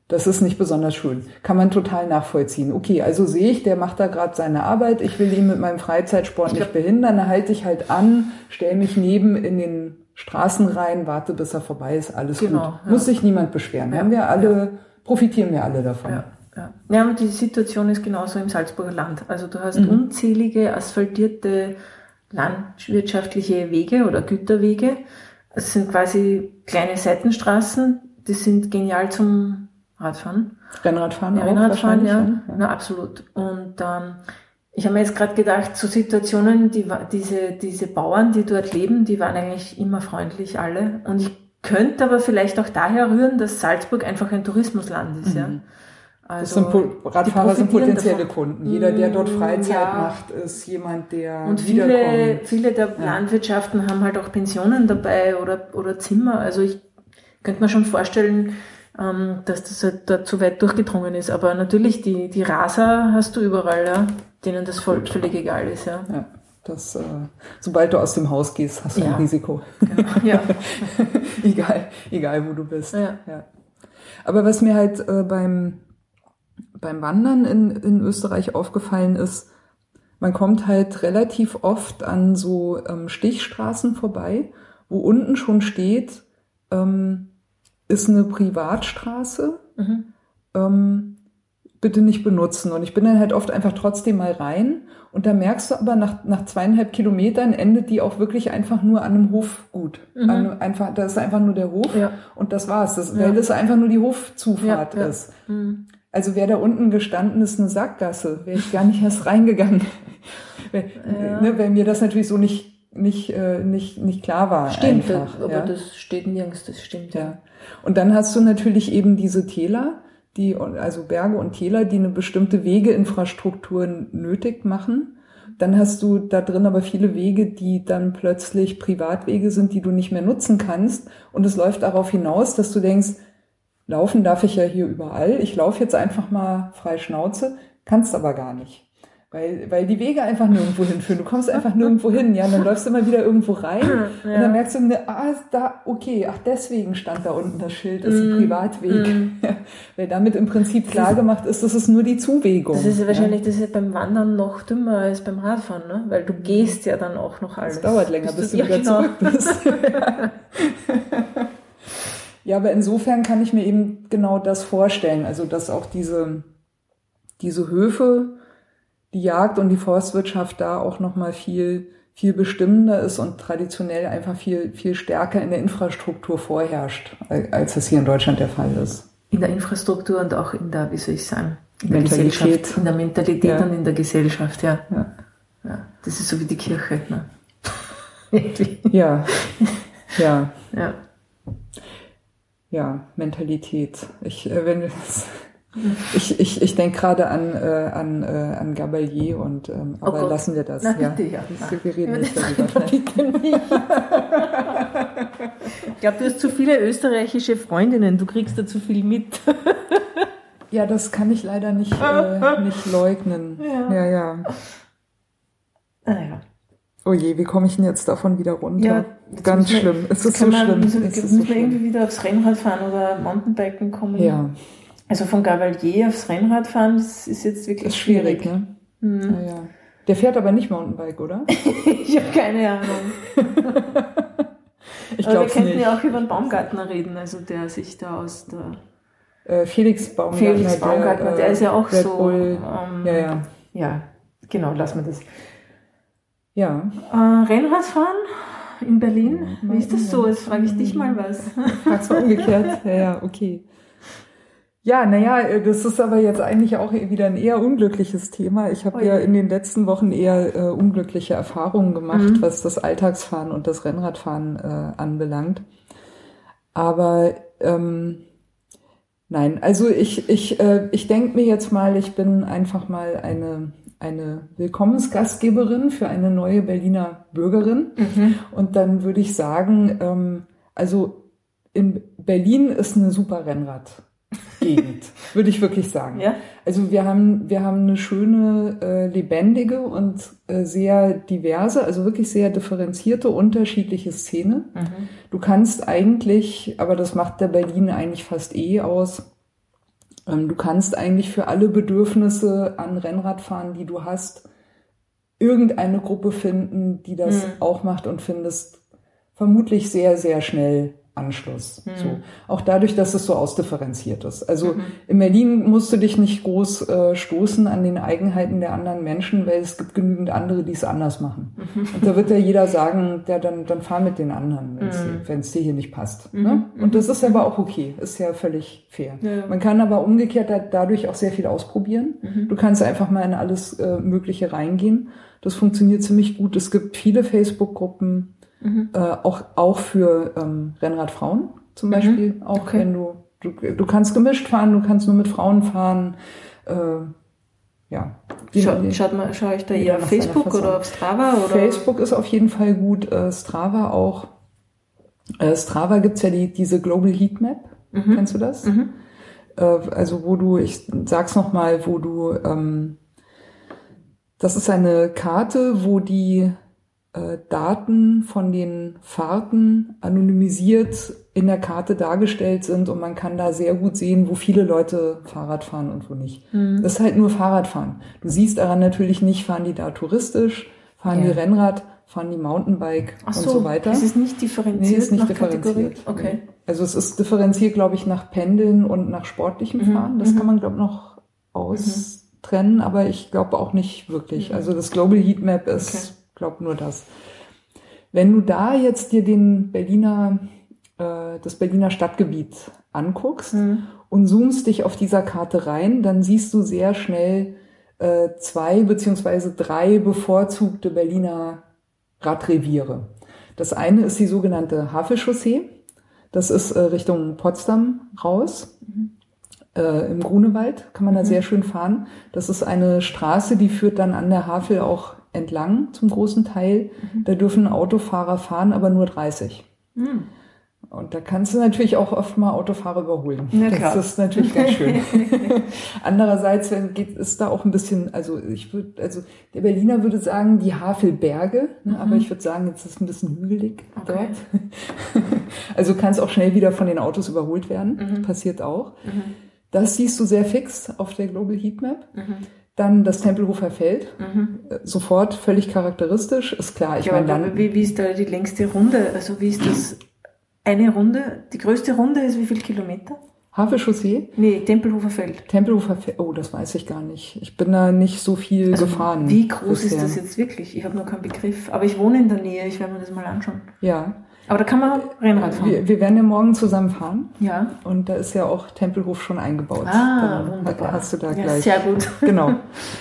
Das ist nicht besonders schön. Kann man total nachvollziehen. Okay, also sehe ich, der macht da gerade seine Arbeit. Ich will ihn mit meinem Freizeitsport nicht behindern. Dann halte ich halt an, stelle mich neben in den Straßen rein, warte, bis er vorbei ist. Alles genau, gut. Ja. Muss sich niemand beschweren. Ja, Haben wir alle, ja. profitieren wir alle davon. Ja, ja. ja, aber die Situation ist genauso im Salzburger Land. Also du hast mhm. unzählige asphaltierte landwirtschaftliche Wege oder Güterwege. Es sind quasi kleine Seitenstraßen, die sind genial zum Radfahren. Rennradfahren ja, auch Rennradfahren, ja. ja. Na, absolut. Und ähm, ich habe mir jetzt gerade gedacht, so Situationen, die diese, diese Bauern, die dort leben, die waren eigentlich immer freundlich alle. Und ich könnte aber vielleicht auch daher rühren, dass Salzburg einfach ein Tourismusland ist. Mhm. Ja. Also das sind Radfahrer sind potenzielle davon. Kunden. Jeder, der dort Freizeit ja. macht, ist jemand, der Und viele, wiederkommt. viele der ja. Landwirtschaften haben halt auch Pensionen dabei oder, oder Zimmer. Also ich könnte mir schon vorstellen, dass das halt da zu weit durchgedrungen ist. Aber natürlich, die, die Raser hast du überall, ja, denen das voll, völlig egal ist. Ja. Ja, das, äh, sobald du aus dem Haus gehst, hast du ja. ein Risiko. Genau. Ja. egal, egal, wo du bist. Ja. Ja. Aber was mir halt äh, beim, beim Wandern in, in Österreich aufgefallen ist, man kommt halt relativ oft an so ähm, Stichstraßen vorbei, wo unten schon steht, ähm, ist eine Privatstraße, mhm. ähm, bitte nicht benutzen. Und ich bin dann halt oft einfach trotzdem mal rein und da merkst du aber, nach, nach zweieinhalb Kilometern endet die auch wirklich einfach nur an einem Hofgut. Mhm. An, einfach, da ist einfach nur der Hof ja. und das war's, das, ja. weil das einfach nur die Hofzufahrt ja, ja. ist. Mhm. Also wäre da unten gestanden, ist eine Sackgasse, wäre ich gar nicht erst reingegangen. weil, ja. ne, weil mir das natürlich so nicht nicht äh, nicht nicht klar war. Stimmt, einfach, aber ja. das steht nirgends, das stimmt. Ja. Und dann hast du natürlich eben diese Täler, die also Berge und Täler, die eine bestimmte Wegeinfrastruktur nötig machen. Dann hast du da drin aber viele Wege, die dann plötzlich Privatwege sind, die du nicht mehr nutzen kannst. Und es läuft darauf hinaus, dass du denkst, laufen darf ich ja hier überall. Ich laufe jetzt einfach mal frei Schnauze, kannst aber gar nicht. Weil, weil die Wege einfach nirgendwo hinführen. Du kommst einfach nirgendwo hin, ja. Und dann läufst du immer wieder irgendwo rein. Ja. Und dann merkst du, ne, ah, da, okay, ach, deswegen stand da unten das Schild, das ist ein Privatweg. Mm. Ja, weil damit im Prinzip klar gemacht ist, das ist nur die Zuwegung. Das ist ja wahrscheinlich, ja. das ist ja beim Wandern noch dümmer als beim Radfahren, ne? Weil du gehst ja dann auch noch alles. Es dauert länger, bis, bis du, du wieder ja, genau. zurück bist. Ja, aber insofern kann ich mir eben genau das vorstellen. Also, dass auch diese, diese Höfe, die Jagd und die Forstwirtschaft da auch nochmal viel, viel bestimmender ist und traditionell einfach viel, viel stärker in der Infrastruktur vorherrscht, als es hier in Deutschland der Fall ist. In der Infrastruktur und auch in der, wie soll ich sagen, in der Mentalität. Gesellschaft, in der Mentalität ja. und in der Gesellschaft, ja. ja. ja. Das ist so wie die Kirche, ne? ja. Ja. Ja. Ja, Mentalität. Ich, äh, wenn das, Ich, ich, ich denke gerade an, äh, an, äh, an Gabalier und ähm, aber oh lassen wir das. Na, ja. bitte, ja. Wir reden nicht darüber. Bitte nicht. Ich glaube, du hast zu viele österreichische Freundinnen, du kriegst da zu viel mit. Ja, das kann ich leider nicht, äh, nicht leugnen. Ja, ja. ja. Ah, ja. Oh je, wie komme ich denn jetzt davon wieder runter? Ja, ganz wir, schlimm. Es ist so man, schlimm. Müssen, es ist müssen so wir schlimm. irgendwie wieder aufs Rennrad fahren oder Mountainbiken kommen? Ja. Also von Gabalier aufs Rennrad fahren, das ist jetzt wirklich ist schwierig. schwierig. Ne? Mhm. Ja, ja. Der fährt aber nicht Mountainbike, oder? Ich habe keine Ahnung. Ich aber wir nicht. könnten ja auch über einen Baumgartner reden, also der sich da aus der... Äh, Felix Baumgartner. Felix Baumgartner, der, der ist ja auch Red so... Bull. Ähm, ja, ja. Ja, genau, lassen wir das. Ja. Äh, Rennradfahren in Berlin, ja, wie ist das so? Jetzt frage ich dich mal was. Fragst du umgekehrt? Ja, ja, okay. Ja, naja, das ist aber jetzt eigentlich auch wieder ein eher unglückliches Thema. Ich habe oh, ja in den letzten Wochen eher äh, unglückliche Erfahrungen gemacht, mhm. was das Alltagsfahren und das Rennradfahren äh, anbelangt. Aber ähm, nein, also ich ich äh, ich denke mir jetzt mal, ich bin einfach mal eine eine Willkommensgastgeberin für eine neue Berliner Bürgerin. Mhm. Und dann würde ich sagen, ähm, also in Berlin ist eine super Rennradgegend, würde ich wirklich sagen. Ja? Also wir haben wir haben eine schöne, äh, lebendige und äh, sehr diverse, also wirklich sehr differenzierte, unterschiedliche Szene. Mhm. Du kannst eigentlich, aber das macht der Berlin eigentlich fast eh aus, Du kannst eigentlich für alle Bedürfnisse an Rennradfahren, die du hast, irgendeine Gruppe finden, die das mhm. auch macht und findest vermutlich sehr, sehr schnell Anschluss. Mhm. So. Auch dadurch, dass es so ausdifferenziert ist. Also mhm. in Berlin musst du dich nicht groß äh, stoßen an den Eigenheiten der anderen Menschen, weil es gibt genügend andere, die es anders machen. Mhm. Und da wird ja jeder sagen, ja, dann, dann fahr mit den anderen, wenn es mhm. dir hier nicht passt. Mhm. Ne? Und das ist aber auch okay, ist ja völlig fair. Ja. Man kann aber umgekehrt da, dadurch auch sehr viel ausprobieren. Mhm. Du kannst einfach mal in alles äh, Mögliche reingehen. Das funktioniert ziemlich gut. Es gibt viele Facebook-Gruppen, Mhm. Äh, auch auch für ähm, Rennradfrauen zum Beispiel. Mhm. Auch okay. wenn du, du du kannst gemischt fahren, du kannst nur mit Frauen fahren. Äh, ja. Schau, schaut mal, schaue ich da eher auf Facebook oder auf Strava? Oder? Facebook ist auf jeden Fall gut. Äh, Strava auch. Äh, Strava gibt's ja die diese Global Heatmap. Mhm. Kennst du das? Mhm. Äh, also wo du, ich sag's noch mal, wo du, ähm, das ist eine Karte, wo die Daten von den Fahrten anonymisiert in der Karte dargestellt sind und man kann da sehr gut sehen, wo viele Leute Fahrrad fahren und wo nicht. Mhm. Das ist halt nur Fahrradfahren. Du siehst daran natürlich nicht, fahren die da touristisch, fahren ja. die Rennrad, fahren die Mountainbike Ach und so, so weiter. Es ist nicht differenziert nee, ist nicht nach differenziert. Kategorie? Okay. Also es ist differenziert, glaube ich, nach Pendeln und nach sportlichem mhm. Fahren. Das mhm. kann man, glaube ich, noch austrennen, mhm. aber ich glaube auch nicht wirklich. Mhm. Also das Global Heatmap ist... Okay. Ich glaube nur das. Wenn du da jetzt dir den Berliner, äh, das Berliner Stadtgebiet anguckst mhm. und zoomst dich auf dieser Karte rein, dann siehst du sehr schnell äh, zwei beziehungsweise drei bevorzugte Berliner Radreviere. Das eine ist die sogenannte Havelchaussee. Das ist äh, Richtung Potsdam raus. Mhm. Äh, Im Grunewald kann man da mhm. sehr schön fahren. Das ist eine Straße, die führt dann an der Havel auch entlang zum großen Teil. Mhm. Da dürfen Autofahrer fahren, aber nur dreißig. Mhm. Und da kannst du natürlich auch oft mal Autofahrer überholen. Ja, das ist natürlich ganz schön. Andererseits geht, ist da auch ein bisschen, also ich würde, also der Berliner würde sagen, die Havelberge, ne, mhm. aber ich würde sagen, jetzt ist es ein bisschen hügelig okay. dort. Also kannst auch schnell wieder von den Autos überholt werden. Mhm. Passiert auch. Mhm. Das siehst du sehr fix auf der Global Heatmap. Mhm. Dann das Tempelhofer Feld, mhm. sofort völlig charakteristisch, ist klar. Ich ja, meine, dann wie, wie ist da die längste Runde? Also wie ist das eine Runde? Die größte Runde ist wie viel Kilometer? Havelchaussee? Nee, Tempelhofer Feld. Tempelhofer Feld, oh, das weiß ich gar nicht. Ich bin da nicht so viel also gefahren. Wie groß bisher. Ist das jetzt wirklich? Ich habe noch keinen Begriff. Aber ich wohne in der Nähe, ich werde mir das mal anschauen. Ja. Aber da kann man Rennrad fahren. Wir, wir werden ja morgen zusammen fahren. Ja. Und da ist ja auch Tempelhof schon eingebaut. Ah, dann wunderbar. Hast du da ja, gleich. Sehr gut. Genau.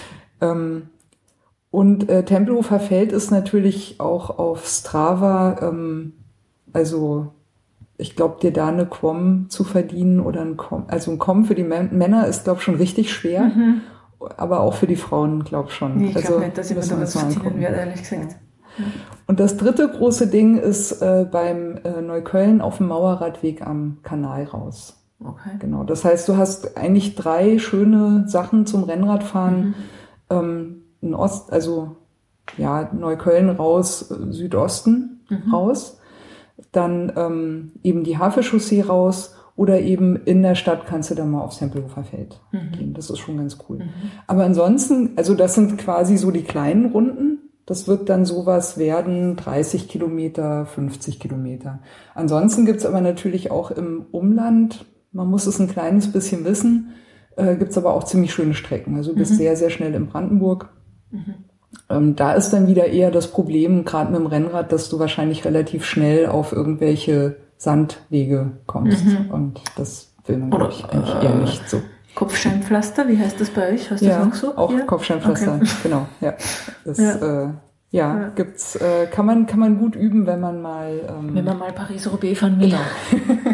ähm, und äh, Tempelhofer Feld ist natürlich auch auf Strava, ähm, also ich glaube, dir da eine Quom zu verdienen oder ein Quom, also ein Quom für die Männer ist, glaube ich, schon richtig schwer. Mhm. Aber auch für die Frauen, glaube ich schon. Nee, ich also, glaube nicht, dass ich mir da was verdienen werde, ehrlich gesagt. Ja. Und das dritte große Ding ist äh, beim äh, Neukölln auf dem Mauerradweg am Kanal raus. Okay. Genau. Das heißt, du hast eigentlich drei schöne Sachen zum Rennradfahren. Mhm. Ähm, in Ost, also ja, Neukölln raus, äh, Südosten mhm. raus. Dann ähm, eben die Havelchaussee raus oder eben in der Stadt kannst du dann mal aufs Tempelhofer Feld mhm. gehen. Das ist schon ganz cool. Mhm. Aber ansonsten, also das sind quasi so die kleinen Runden. Das wird dann sowas werden, dreißig Kilometer, fünfzig Kilometer. Ansonsten gibt's aber natürlich auch im Umland, man muss es ein kleines bisschen wissen, äh, gibt's aber auch ziemlich schöne Strecken. Also du bist mhm. sehr, sehr schnell in Brandenburg. Mhm. Ähm, da ist dann wieder eher das Problem, gerade mit dem Rennrad, dass du wahrscheinlich relativ schnell auf irgendwelche Sandwege kommst. Mhm. Und das will man, glaube ich, eigentlich äh, eher nicht so. Kopfsteinpflaster, wie heißt das bei euch? Hast du ja, das auch so? Auch ja? Kopfsteinpflaster, okay. Genau. Ja, das ja. Äh, ja, ja. gibt's. Äh, kann man kann man gut üben, wenn man mal ähm, wenn man mal Paris-Roubaix fahren will. Genau.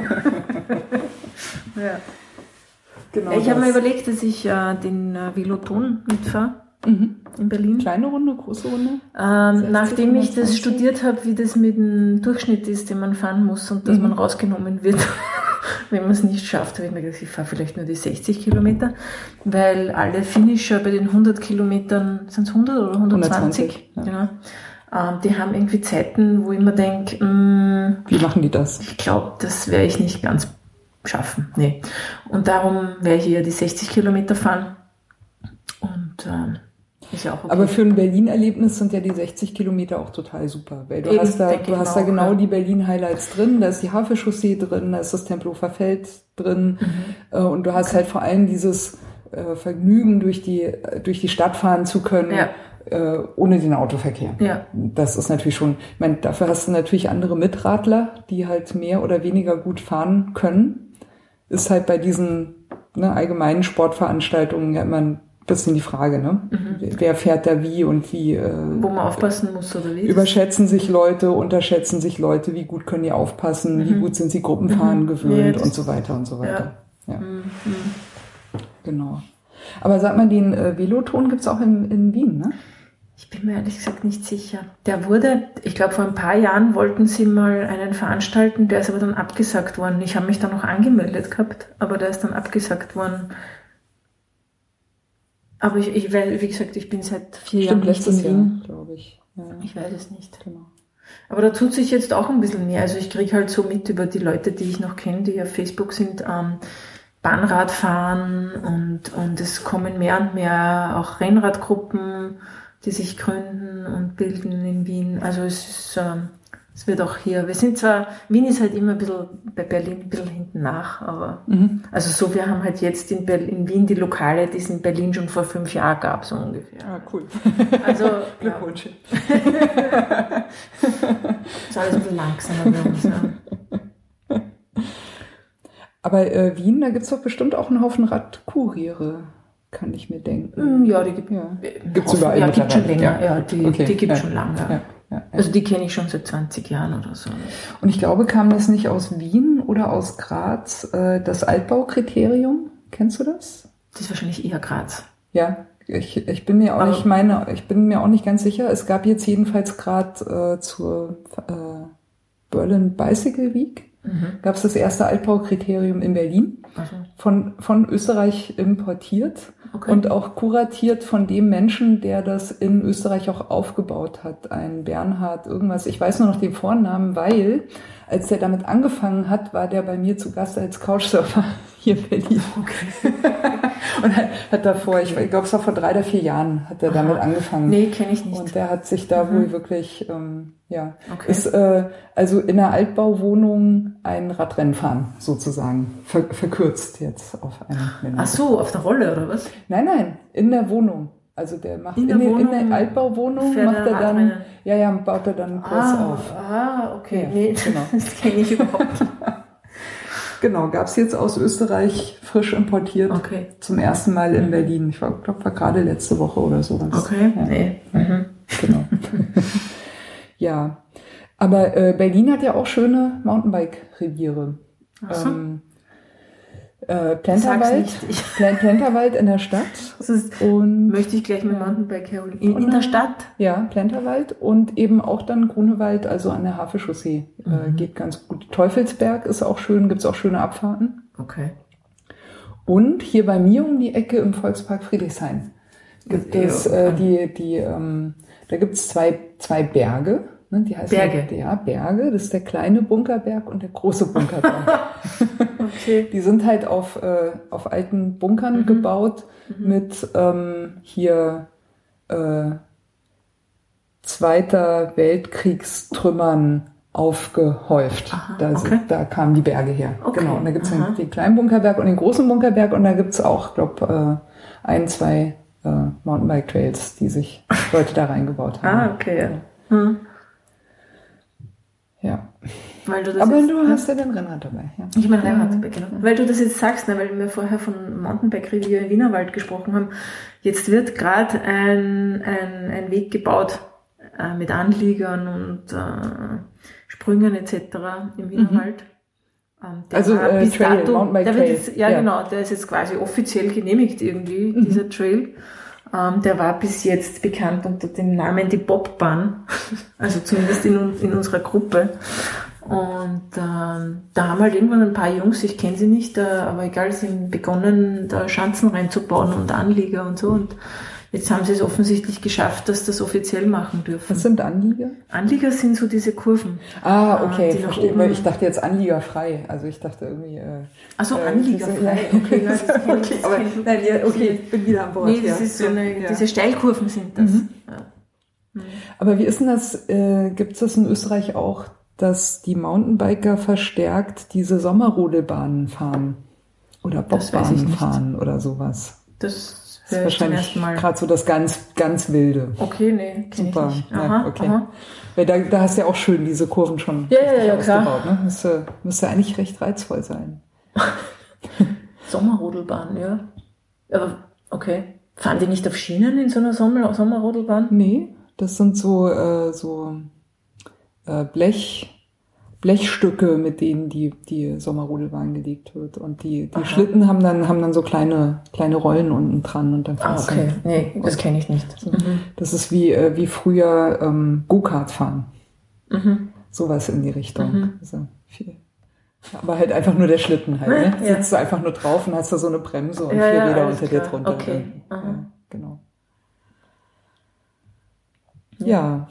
ja. Genau. Ich habe mir überlegt, dass ich äh, den äh, Veloton mitfahre mhm. in Berlin. Kleine Runde, große Runde? Ähm, nachdem ich das studiert habe, wie das mit dem Durchschnitt ist, den man fahren muss und dass mhm. man rausgenommen wird. Wenn man es nicht schafft, habe ich mir gedacht, ich fahre vielleicht nur die sechzig Kilometer, weil alle Finisher bei den hundert Kilometern, sind es hundert oder hundertzwanzig? hundertzwanzig, ja. Ja, ähm, die haben irgendwie Zeiten, wo ich mir denke, mh, wie machen die das? Ich glaube, das wäre ich nicht ganz schaffen. Nee. Und darum werde ich eher die sechzig Kilometer fahren. Und ähm, ist ja auch okay. Aber für ein Berlin-Erlebnis sind ja die sechzig Kilometer auch total super, weil du Eben, hast da, du hast da auch, genau ja. die Berlin-Highlights drin, da ist die Hafenchaussee drin, da ist das Tempelhofer Feld drin mhm. und du hast okay. halt vor allem dieses äh, Vergnügen, durch die durch die Stadt fahren zu können, ja. äh, ohne den Autoverkehr. Ja. Das ist natürlich schon, ich meine, dafür hast du natürlich andere Mitradler, die halt mehr oder weniger gut fahren können. Ist halt bei diesen ne, allgemeinen Sportveranstaltungen ja immer ein bisschen die Frage, ne? Mhm. Wer fährt da wie und wie? Äh, Wo man aufpassen muss oder wie? Überschätzen sich Leute, unterschätzen sich Leute, wie gut können die aufpassen, mhm. wie gut sind sie Gruppenfahren mhm. gewöhnt ja, und so weiter und so weiter. Ja. Ja. Mhm. Genau. Aber sag mal, den äh, Veloton gibt's auch in, in Wien, ne? Ich bin mir ehrlich gesagt nicht sicher. Der wurde, ich glaube vor ein paar Jahren wollten sie mal einen veranstalten, der ist aber dann abgesagt worden. Ich habe mich da noch angemeldet gehabt, aber der ist dann abgesagt worden. Aber ich, ich weiß, wie gesagt, ich bin seit vier Stimmt, Jahren nicht in Wien, glaube ich. Ja. Ich weiß es nicht. Genau. Aber da tut sich jetzt auch ein bisschen mehr. Also ich kriege halt so mit über die Leute, die ich noch kenne, die auf Facebook sind, ähm, Bahnradfahren und, und es kommen mehr und mehr auch Rennradgruppen, die sich gründen und bilden in Wien. Also es ist, ähm, es wird auch hier, wir sind zwar, Wien ist halt immer ein bisschen bei Berlin ein bisschen hinten nach, aber mhm. also so, wir haben halt jetzt in, Berlin, in Wien die Lokale, die es in Berlin schon vor fünf Jahren gab, so ungefähr. Ah, cool. Also, Glückwunsch. Ja. Ist alles ein bisschen langsamer bei uns, ja. Aber äh, Wien, da gibt's doch bestimmt auch einen Haufen Radkuriere, kann ich mir denken. Ja, die gibt ja. gibt's überall. Ja, gibt schon länger, ja, ja die, okay. die gibt's ja. schon lange. Ja. Ja, ja. Also die kenne ich schon seit zwanzig Jahren oder so. Und ich glaube, kam das nicht aus Wien oder aus Graz, äh, das Altbaukriterium? Kennst du das? Das ist wahrscheinlich eher Graz. Ja, ich, ich bin mir auch Aber nicht meine, ich bin mir auch nicht ganz sicher. Es gab jetzt jedenfalls gerade äh, zur äh, Berlin Bicycle Week mhm. gab es das erste Altbaukriterium in Berlin, also. von von Österreich importiert. Okay. Und auch kuratiert von dem Menschen, der das in Österreich auch aufgebaut hat. Ein Bernhard irgendwas. Ich weiß nur noch den Vornamen, weil als der damit angefangen hat, war der bei mir zu Gast als Couchsurfer hier in Berlin. Okay. Und hat, hat davor, ich glaube, es war vor drei oder vier Jahren, hat er Aha. damit angefangen. Nee, kenne ich nicht. Und der hat sich da mhm. wohl wirklich, ähm, ja, okay. ist äh, also in einer Altbauwohnung ein Radrennen fahren, sozusagen, ver- verkürzt jetzt auf eine Minute. Ach so, auf der Rolle oder was? Nein, nein, in der Wohnung. Also der macht in der, in, in der Altbauwohnung macht er dann, Radrennen. ja, ja, baut er dann einen Kurs ah, auf. Ah, okay, ja, nee, genau. Das kenne ich überhaupt nicht. Genau, gab's jetzt aus Österreich frisch importiert. Okay. Zum ersten Mal in Berlin. Ich glaube, war gerade letzte Woche oder sowas. Okay, ja. nee. Mhm. Genau. Ja, aber äh, Berlin hat ja auch schöne Mountainbike-Reviere. Ach so. Ähm, äh, Plenterwald, Pl- Plenterwald in der Stadt. Das ist, und möchte ich gleich mit Mountainbike herholen. In, in der Stadt? Ja, Plenterwald und eben auch dann Grunewald, also an der Hafenchaussee. Mhm. Äh, geht ganz gut. Teufelsberg ist auch schön, gibt's auch schöne Abfahrten. Okay. Und hier bei mir um die Ecke im Volkspark Friedrichshain gibt es äh, die, die, ähm, da gibt's zwei, zwei Berge. Ne, die heißen Berge. Ja, Berge. Das ist der kleine Bunkerberg und der große Bunkerberg. Okay. Die sind halt auf, äh, auf alten Bunkern mhm. gebaut mhm. mit ähm, hier äh, Zweiter Weltkriegstrümmern aufgehäuft. Aha, da, okay. da kamen die Berge her. Okay. Genau. Und da gibt's den, den kleinen Bunkerberg und den großen Bunkerberg und da gibt's auch, glaube äh, ein, zwei äh, Mountainbike-Trails, die sich Leute da reingebaut haben. Ah, okay. Ja. Hm. Ja. Weil du das Aber jetzt, du ja. hast ja den Rennrad dabei. Ja. Ich mein Rennrad dabei, genau. Weil du das jetzt sagst, ne, weil wir vorher von Mountainbike-Revier im Wienerwald gesprochen haben. Jetzt wird gerade ein, ein, ein Weg gebaut äh, mit Anliegern und äh, Sprüngen et cetera im Wienerwald. Mhm. Ähm, also äh, bis Trail, dato, Mountainbike der Trail. Wird jetzt, ja, ja, genau. Der ist jetzt quasi offiziell genehmigt irgendwie, mhm. dieser Trail. Ähm, der war bis jetzt bekannt unter dem Namen die Bobbahn, also zumindest in, in unserer Gruppe. Und ähm, da haben halt irgendwann ein paar Jungs, ich kenne sie nicht, äh, aber egal, sie haben begonnen, da Schanzen reinzubauen und Anlieger und so. Und Jetzt haben sie es offensichtlich geschafft, dass das offiziell machen dürfen. Was sind Anlieger? Anlieger sind so diese Kurven. Ah, okay, die verstehe. oben- Weil ich dachte jetzt anliegerfrei. Also ich dachte irgendwie... Äh, Also äh, anliegerfrei. Ja. Okay, ja, das kenn ich, okay, das aber kenn ich. nein, ja, okay, ich bin wieder an Bord. Nee, das ja. ist so eine, ja. diese Steilkurven sind das. Mhm. Ja. Aber wie ist denn das, äh, gibt es das in Österreich auch, dass die Mountainbiker verstärkt diese Sommerrodelbahnen fahren? Oder Das weiß ich Bobbahnen nicht. fahren oder sowas? Das Das ist höre ich zum wahrscheinlich ersten Mal. gerade so das ganz, ganz Wilde. Okay, nee, kenn Super. ich nicht. Ja, Aha, okay. aha. Weil da, da hast du ja auch schön diese Kurven schon Ja, ja, richtig ja, klar. ausgebaut. Ne? Müsste, müsste eigentlich recht reizvoll sein. Sommerrodelbahn, ja. Aber okay. Fahren die nicht auf Schienen in so einer Sommer Sommerrodelbahn? Nee, das sind so, äh, so äh, Blech, Blechstücke, mit denen die, die Sommerrodelbahn gelegt wird. Und die, die Aha. Schlitten haben dann, haben dann so kleine, kleine Rollen unten dran und dann Ah, kannst okay. du. Nee, das kenne ich nicht. Mhm. Das ist wie, äh, wie früher ähm, Go-Kart fahren. Mhm. Sowas in die Richtung. Mhm. Also viel. Aber halt einfach nur der Schlitten halt, ne? Ja. Sitzt du einfach nur drauf und hast da so eine Bremse und Ja, vier ja, Räder alles unter dir klar. drunter. Okay. Ja, Aha. genau. Ja.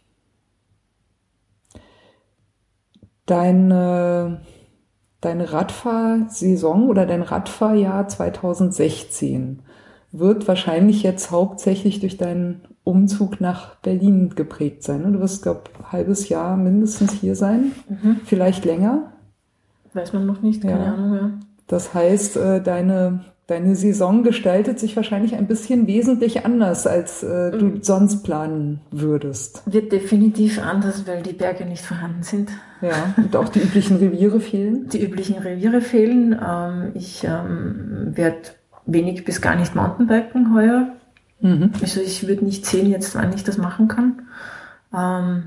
Deine, deine Radfahrsaison oder dein Radfahrjahr zwanzig sechzehn wird wahrscheinlich jetzt hauptsächlich durch deinen Umzug nach Berlin geprägt sein. Ne? Du wirst, glaube ich, ein halbes Jahr mindestens hier sein, Mhm. vielleicht länger. Weiß man noch nicht, keine Ja. Ahnung, ja. Das heißt, äh, deine, deine Saison gestaltet sich wahrscheinlich ein bisschen wesentlich anders, als äh, du Mhm. sonst planen würdest. Wird definitiv anders, weil die Berge nicht vorhanden sind. Ja, und auch die üblichen Reviere fehlen. Die üblichen Reviere fehlen. Ähm, ich ähm, werde wenig bis gar nicht Mountainbiken heuer. Mhm. Also ich würde nicht sehen jetzt, wann ich das machen kann. Ähm,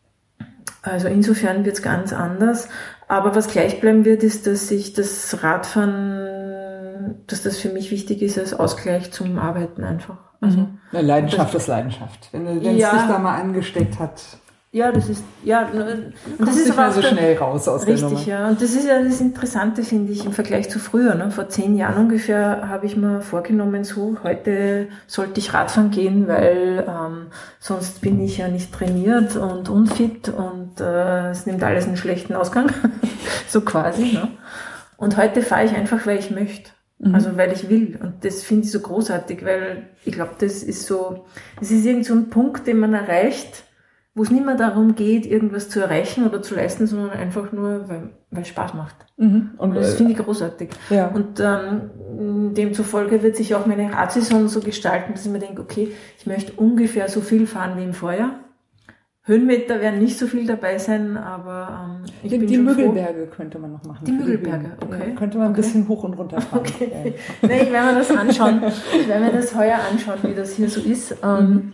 also insofern wird es ganz anders. Aber was gleich bleiben wird, ist, dass ich das Radfahren, dass das für mich wichtig ist als Ausgleich zum Arbeiten einfach. Also, Ja, Leidenschaft ist Leidenschaft. Wenn es Ja. dich da mal angesteckt hat, ja, das ist, ja, und das kommst ist nicht aber mehr auch so der- schnell raus aus der Richtig, Nummer. ja. Und das ist ja das Interessante, finde ich, im Vergleich zu früher. Ne? Vor zehn Jahren ungefähr habe ich mir vorgenommen, so, heute sollte ich Radfahren gehen, weil ähm, sonst bin ich ja nicht trainiert und unfit und äh, es nimmt alles einen schlechten Ausgang. So quasi. Ne? Und heute fahre ich einfach, weil ich möchte. Mhm. Also weil ich will. Und das finde ich so großartig, weil ich glaube, das ist so, es ist irgend so ein Punkt, den man erreicht, wo es nicht mehr darum geht, irgendwas zu erreichen oder zu leisten, sondern einfach nur, weil weil es Spaß macht. Mhm. Und Und das äh, finde ich großartig. ja. Und ähm, demzufolge wird sich auch meine Radsaison so gestalten, dass ich mir denke, okay, ich möchte ungefähr so viel fahren wie im Vorjahr. Höhenmeter werden nicht so viel dabei sein, aber ähm, ich die, bin die schon Müggelberge könnte man noch machen. Die für Müggelberge, Höhen. okay. Ja, könnte man ein Okay. bisschen hoch und runter fahren. Okay. Nee, ich werde mir das anschauen. Ich werde mir das heuer anschauen, wie das hier so ist. Ähm, Mhm.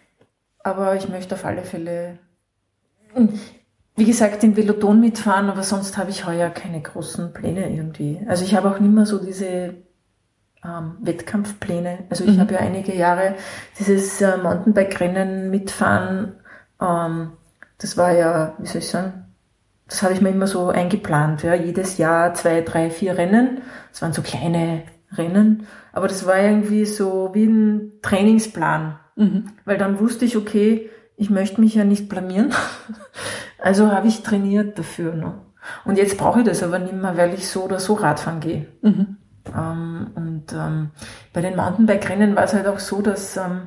Aber ich möchte auf alle Fälle, wie gesagt, den Veloton mitfahren, aber sonst habe ich heuer keine großen Pläne irgendwie. Also ich habe auch nicht mehr so diese ähm, Wettkampfpläne. Also ich Mhm. habe ja einige Jahre dieses äh, Mountainbike-Rennen mitfahren. Ähm, das war ja, wie soll ich sagen, das habe ich mir immer so eingeplant. Ja, jedes Jahr zwei, drei, vier Rennen. Das waren so kleine Rennen, aber das war irgendwie so wie ein Trainingsplan. Mhm. Weil dann wusste ich, okay, ich möchte mich ja nicht blamieren. Also habe ich trainiert dafür. Ne? Und jetzt brauche ich das aber nicht mehr, weil ich so oder so Radfahren gehe. Mhm. Ähm, und ähm, bei den Mountainbike-Rennen war es halt auch so, dass ähm,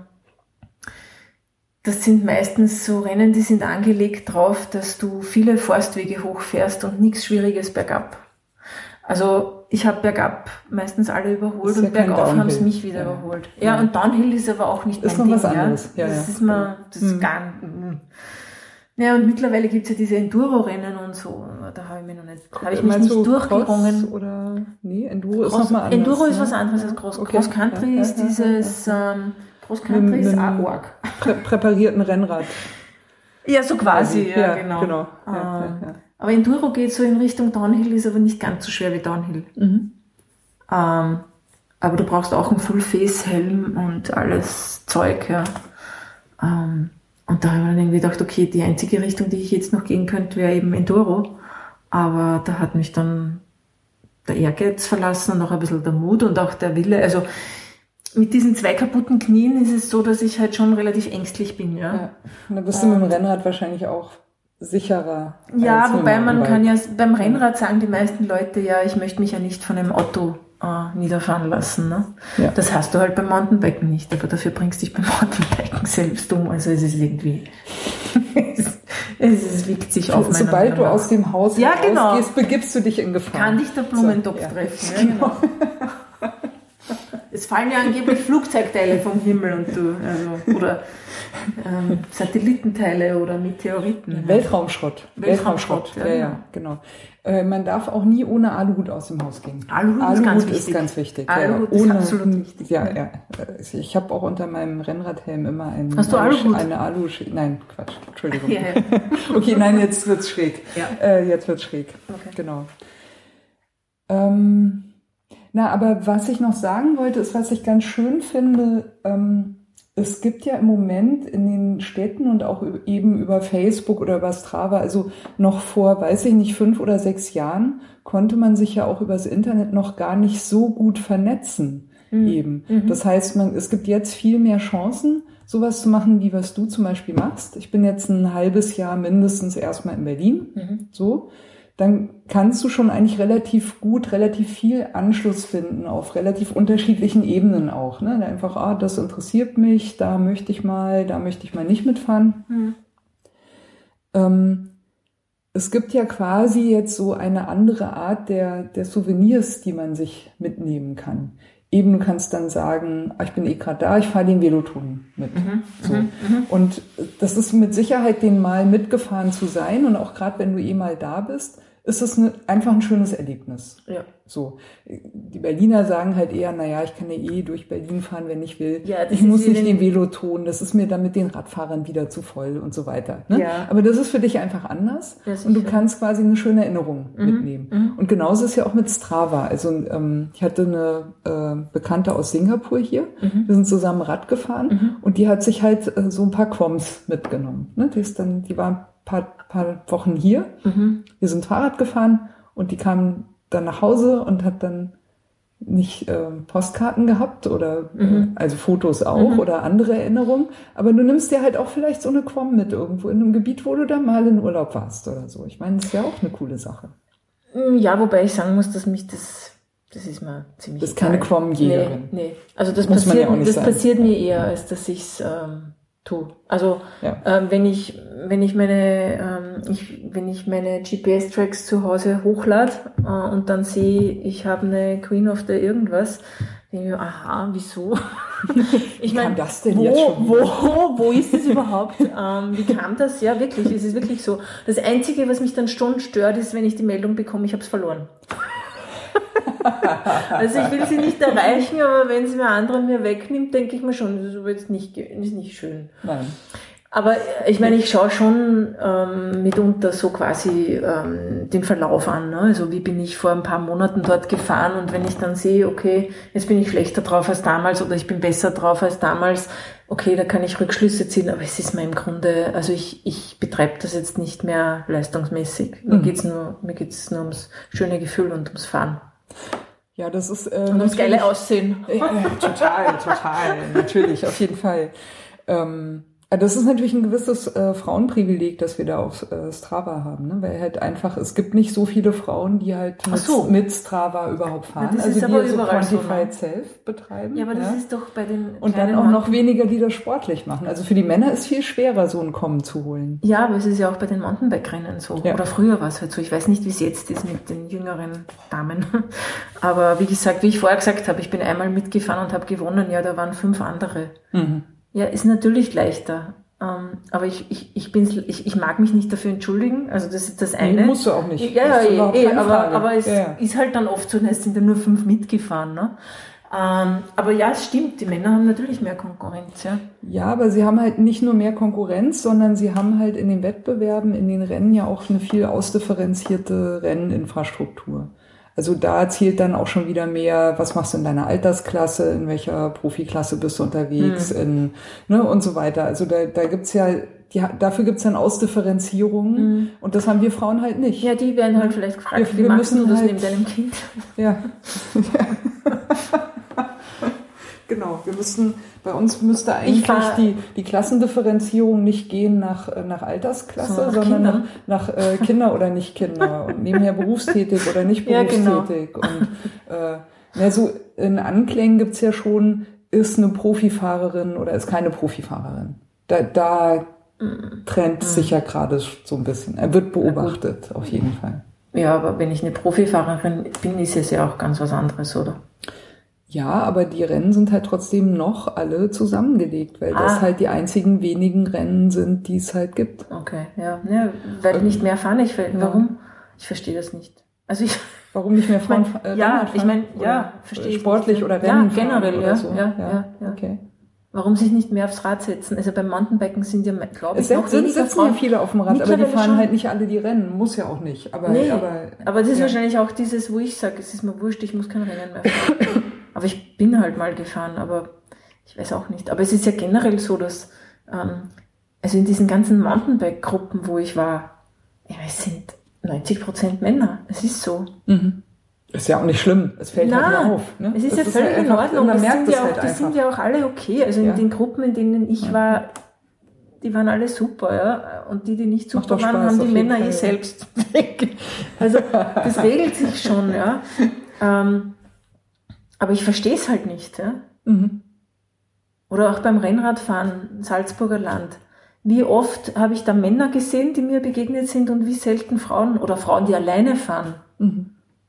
das sind meistens so Rennen, die sind angelegt drauf, dass du viele Forstwege hochfährst und nichts Schwieriges bergab. Also ich habe bergab meistens alle überholt Ist ja und kein bergauf haben Downhill. sie mich wieder Ja. überholt. Ja, Ja. und Downhill ist aber auch nicht Ist mein noch Ding. was anderes. Ja, das ja. ist mal, das ist Mhm. gar mhm. Ja, und mittlerweile gibt's ja diese Enduro-Rennen und so. Da habe ich mich noch nicht, habe ich mich Meinst nicht du durchgerungen. Cross oder nee, Enduro ist Cross, nochmal anders. Enduro ist ne? was anderes als Cross, Okay. Cross Country Ja, ja, ist ja, dieses, ähm, Cross Country ist auch arg. Prä präparierten Rennrad. Ja, so quasi, ja, Ja, genau. genau. Ja, Ähm, ja, ja. Aber Enduro geht so in Richtung Downhill, ist aber nicht ganz so schwer wie Downhill. Mhm. Ähm, aber du brauchst auch einen Full-Face-Helm und alles Zeug, ja. Ähm, und da habe ich mir dann irgendwie gedacht, okay, die einzige Richtung, die ich jetzt noch gehen könnte, wäre eben Enduro. Aber da hat mich dann der Ehrgeiz verlassen und auch ein bisschen der Mut und auch der Wille. Also mit diesen zwei kaputten Knien ist es so, dass ich halt schon relativ ängstlich bin. Ja, ja. Und dann bist du mit dem Rennrad wahrscheinlich auch sicherer. Ja, wobei man kann ja beim Rennrad sagen die meisten Leute, ja, ich möchte mich ja nicht von einem Auto äh, niederfahren lassen. Ne? Ja. Das hast du halt beim Mountainbiken nicht, aber dafür bringst du dich beim Mountainbiken selbst um. Also es ist irgendwie, es, es wiegt sich auf. Sobald du aus dem Haus ja, genau. rausgehst, begibst du dich in Gefahr. Kann dich der Blumentopf so, treffen. Ja, genau. Es fallen ja angeblich Flugzeugteile vom Himmel und du, also, oder ähm, Satellitenteile oder Meteoriten. Weltraumschrott. Weltraumschrott, Weltraumschrott. Ja, ja, ja, genau. Äh, man darf auch nie ohne Aluhut aus dem Haus gehen. Aluhut, Aluhut ist, ganz ist wichtig. ganz wichtig. Aluhut ja, ist ohne, absolut wichtig. Ja, ja. Ich habe auch unter meinem Rennradhelm immer einen Hast du Aluhut? eine Aluhut. Nein, Quatsch. Entschuldigung. Ja, ja. Okay, nein, jetzt wird's schräg. Ja. Äh, jetzt wird's schräg. Okay. Genau. Ähm, Na, aber was ich noch sagen wollte, ist, was ich ganz schön finde, ähm, es gibt ja im Moment in den Städten und auch eben über Facebook oder über Strava, also noch vor, weiß ich nicht, fünf oder sechs Jahren, konnte man sich ja auch übers Internet noch gar nicht so gut vernetzen mhm. eben. Mhm. Das heißt, man, es gibt jetzt viel mehr Chancen, sowas zu machen, wie was du zum Beispiel machst. Ich bin jetzt ein halbes Jahr mindestens erstmal in Berlin, mhm. so. Dann kannst du schon eigentlich relativ gut, relativ viel Anschluss finden auf relativ unterschiedlichen Ebenen auch. Ne? Einfach, ah, das interessiert mich, da möchte ich mal, da möchte ich mal nicht mitfahren. Mhm. Ähm, es gibt ja quasi jetzt so eine andere Art der, der Souvenirs, die man sich mitnehmen kann. Eben, du kannst dann sagen, ah, ich bin eh gerade da, ich fahre den Veloton mit. Mhm, so. Mhm, und das ist mit Sicherheit, den mal mitgefahren zu sein. Und auch gerade, wenn du eh mal da bist, ist es eine, einfach ein schönes Erlebnis. Ja. So. Die Berliner sagen halt eher, naja, ich kann ja eh durch Berlin fahren, wenn ich will. Ja, ich muss nicht den Veloton, das ist mir dann mit den Radfahrern wieder zu voll und so weiter. Ne? Ja. Aber das ist für dich einfach anders. Und du kannst quasi eine schöne Erinnerung mhm. mitnehmen. Mhm. Und genauso ist es ja auch mit Strava. Also ähm, ich hatte eine äh, Bekannte aus Singapur hier. Mhm. Wir sind zusammen Rad gefahren mhm. und die hat sich halt äh, so ein paar Quoms mitgenommen. Ne? Die ist dann, die war ein paar, paar Wochen hier. Mhm. Wir sind Fahrrad gefahren und die kam dann nach Hause und hat dann nicht äh, Postkarten gehabt oder mhm. äh, also Fotos auch mhm. oder andere Erinnerungen. Aber du nimmst dir halt auch vielleicht so eine Quom mit irgendwo in einem Gebiet, wo du da mal in Urlaub warst oder so. Ich meine, das ist ja auch eine coole Sache. Ja, wobei ich sagen muss, dass mich das, das ist mir ziemlich Das ist keine Quom-Jägerin. Nee, nee. Also das, Muss passiert, ja das passiert mir eher, als dass ich es ähm, tue. Also ja. ähm, wenn ich wenn ich meine ähm, ich, wenn ich meine G P S-Tracks zu Hause hochlade äh, und dann sehe, ich habe eine Queen of the irgendwas, denke ich mir, aha, wieso? Ich meine, wo, wo, wo ist das überhaupt? Ähm, wie kam das? Ja, wirklich, es ist wirklich so. Das Einzige, was mich dann schon stört, ist, wenn ich die Meldung bekomme, ich habe es verloren. Also ich will sie nicht erreichen, aber wenn sie mir andere mir wegnimmt, denke ich mir schon, das ist aber jetzt nicht, ist nicht schön. Nein. Aber ich meine, ich schaue schon ähm, mitunter so quasi ähm, den Verlauf an. Ne? Also wie bin ich vor ein paar Monaten dort gefahren und wenn ich dann sehe, okay, jetzt bin ich schlechter drauf als damals oder ich bin besser drauf als damals, okay, da kann ich Rückschlüsse ziehen, aber es ist mir im Grunde, also ich, ich betreibe das jetzt nicht mehr leistungsmäßig. Mir mhm. geht's nur, mir geht's nur ums schöne Gefühl und ums Fahren. Ja, das ist äh, und ums geile Aussehen. Ja, total, total, natürlich, auf jeden Fall. Ähm, das ist natürlich ein gewisses äh, Frauenprivileg, das wir da auf äh, Strava haben, ne? Weil halt einfach, es gibt nicht so viele Frauen, die halt mit, so. mit Strava überhaupt fahren, ja, das also ist die aber so Quantified so, Self betreiben. Ja, aber das ja? ist doch bei den Und dann auch noch weniger, die das sportlich machen. Also für die Männer ist viel schwerer, so ein Kommen zu holen. Ja, aber es ist ja auch bei den Mountainbike-Rennen so. Ja. Oder früher war es halt so. Ich weiß nicht, wie es jetzt ist mit den jüngeren Damen. Aber wie gesagt, wie ich vorher gesagt habe, ich bin einmal mitgefahren und habe gewonnen. Ja, da waren fünf andere. Mhm. Ja, ist natürlich leichter. Um, aber ich, ich, ich, bin's, ich, ich mag mich nicht dafür entschuldigen, also das ist das eine. Nee, musst du auch nicht. Ja, ja, eh, eh, aber, aber es ja, ja. ist halt dann oft so, es sind ja nur fünf mitgefahren. Ne? Um, aber ja, es stimmt, die Männer haben natürlich mehr Konkurrenz. Ja. ja, aber sie haben halt nicht nur mehr Konkurrenz, sondern sie haben halt in den Wettbewerben, in den Rennen ja auch eine viel ausdifferenzierte Renninfrastruktur. Also da zählt dann auch schon wieder mehr, was machst du in deiner Altersklasse, in welcher Profiklasse bist du unterwegs, mhm. in, ne, und so weiter. Also da, da gibt's ja, die, dafür gibt's dann Ausdifferenzierungen mhm. und das haben wir Frauen halt nicht. Ja, die werden halt vielleicht gefragt, wir, wie wir machst du das halt, neben deinem Kind? Ja. Genau, wir müssten, bei uns müsste eigentlich die, die Klassendifferenzierung nicht gehen nach, nach Altersklasse, so, nach sondern Kindern. nach, nach äh, Kinder oder nicht Kinder und nebenher berufstätig oder nicht berufstätig. Ja, genau. Und äh, na, so in Anklängen gibt's ja schon, ist eine Profifahrerin oder ist keine Profifahrerin. Da, da mm. trennt mm. sich ja gerade so ein bisschen. Er wird beobachtet, auf jeden Fall. Ja, aber wenn ich eine Profifahrerin bin, ist es ja auch ganz was anderes, oder? Ja, aber die Rennen sind halt trotzdem noch alle zusammengelegt, weil ah. das halt die einzigen wenigen Rennen sind, die es halt gibt. Okay, ja. ja weil ähm, nicht mehr fahren. Ich, warum? Ja. Ich verstehe das nicht. Also ich, warum nicht mehr Frauen fahren? Äh, ja, ich meine, ja, verstehe ich. Sportlich nicht. Oder Rennen ja, generell, oder ja, so. Ja, ja, ja, ja. Okay. Warum sich nicht mehr aufs Rad setzen? Also beim Mountainbiken sind ja, glaube ich, es noch sind, sitzen Frauen. Ja viele auf dem Rad, aber die fahren schon. Halt nicht alle die Rennen. Muss ja auch nicht. Aber, nee, aber, aber das ist ja. wahrscheinlich auch dieses, wo ich sage, es ist mir wurscht, ich muss kein Rennen mehr fahren. Aber ich bin halt mal gefahren, aber ich weiß auch nicht. Aber es ist ja generell so, dass, ähm, also in diesen ganzen Mountainbike-Gruppen, wo ich war, ja, es sind neunzig Prozent Männer. Es ist so. Mhm. Ist ja auch nicht schlimm. Es fällt Nein, halt nur auf. Ne? Es ist das ja ist völlig halt in Ordnung. Man das merkt sind, ja auch, halt das sind ja auch alle okay. Also in ja. den Gruppen, in denen ich ja. war, die waren alle super, ja. Und die, die nicht super waren, haben die Männer eh selbst. Also das regelt sich schon, ja. Ähm, aber ich verstehe es halt nicht, ja. Mhm. Oder auch beim Rennradfahren, Salzburger Land. Wie oft habe ich da Männer gesehen, die mir begegnet sind und wie selten Frauen oder Frauen, die alleine fahren. Mhm.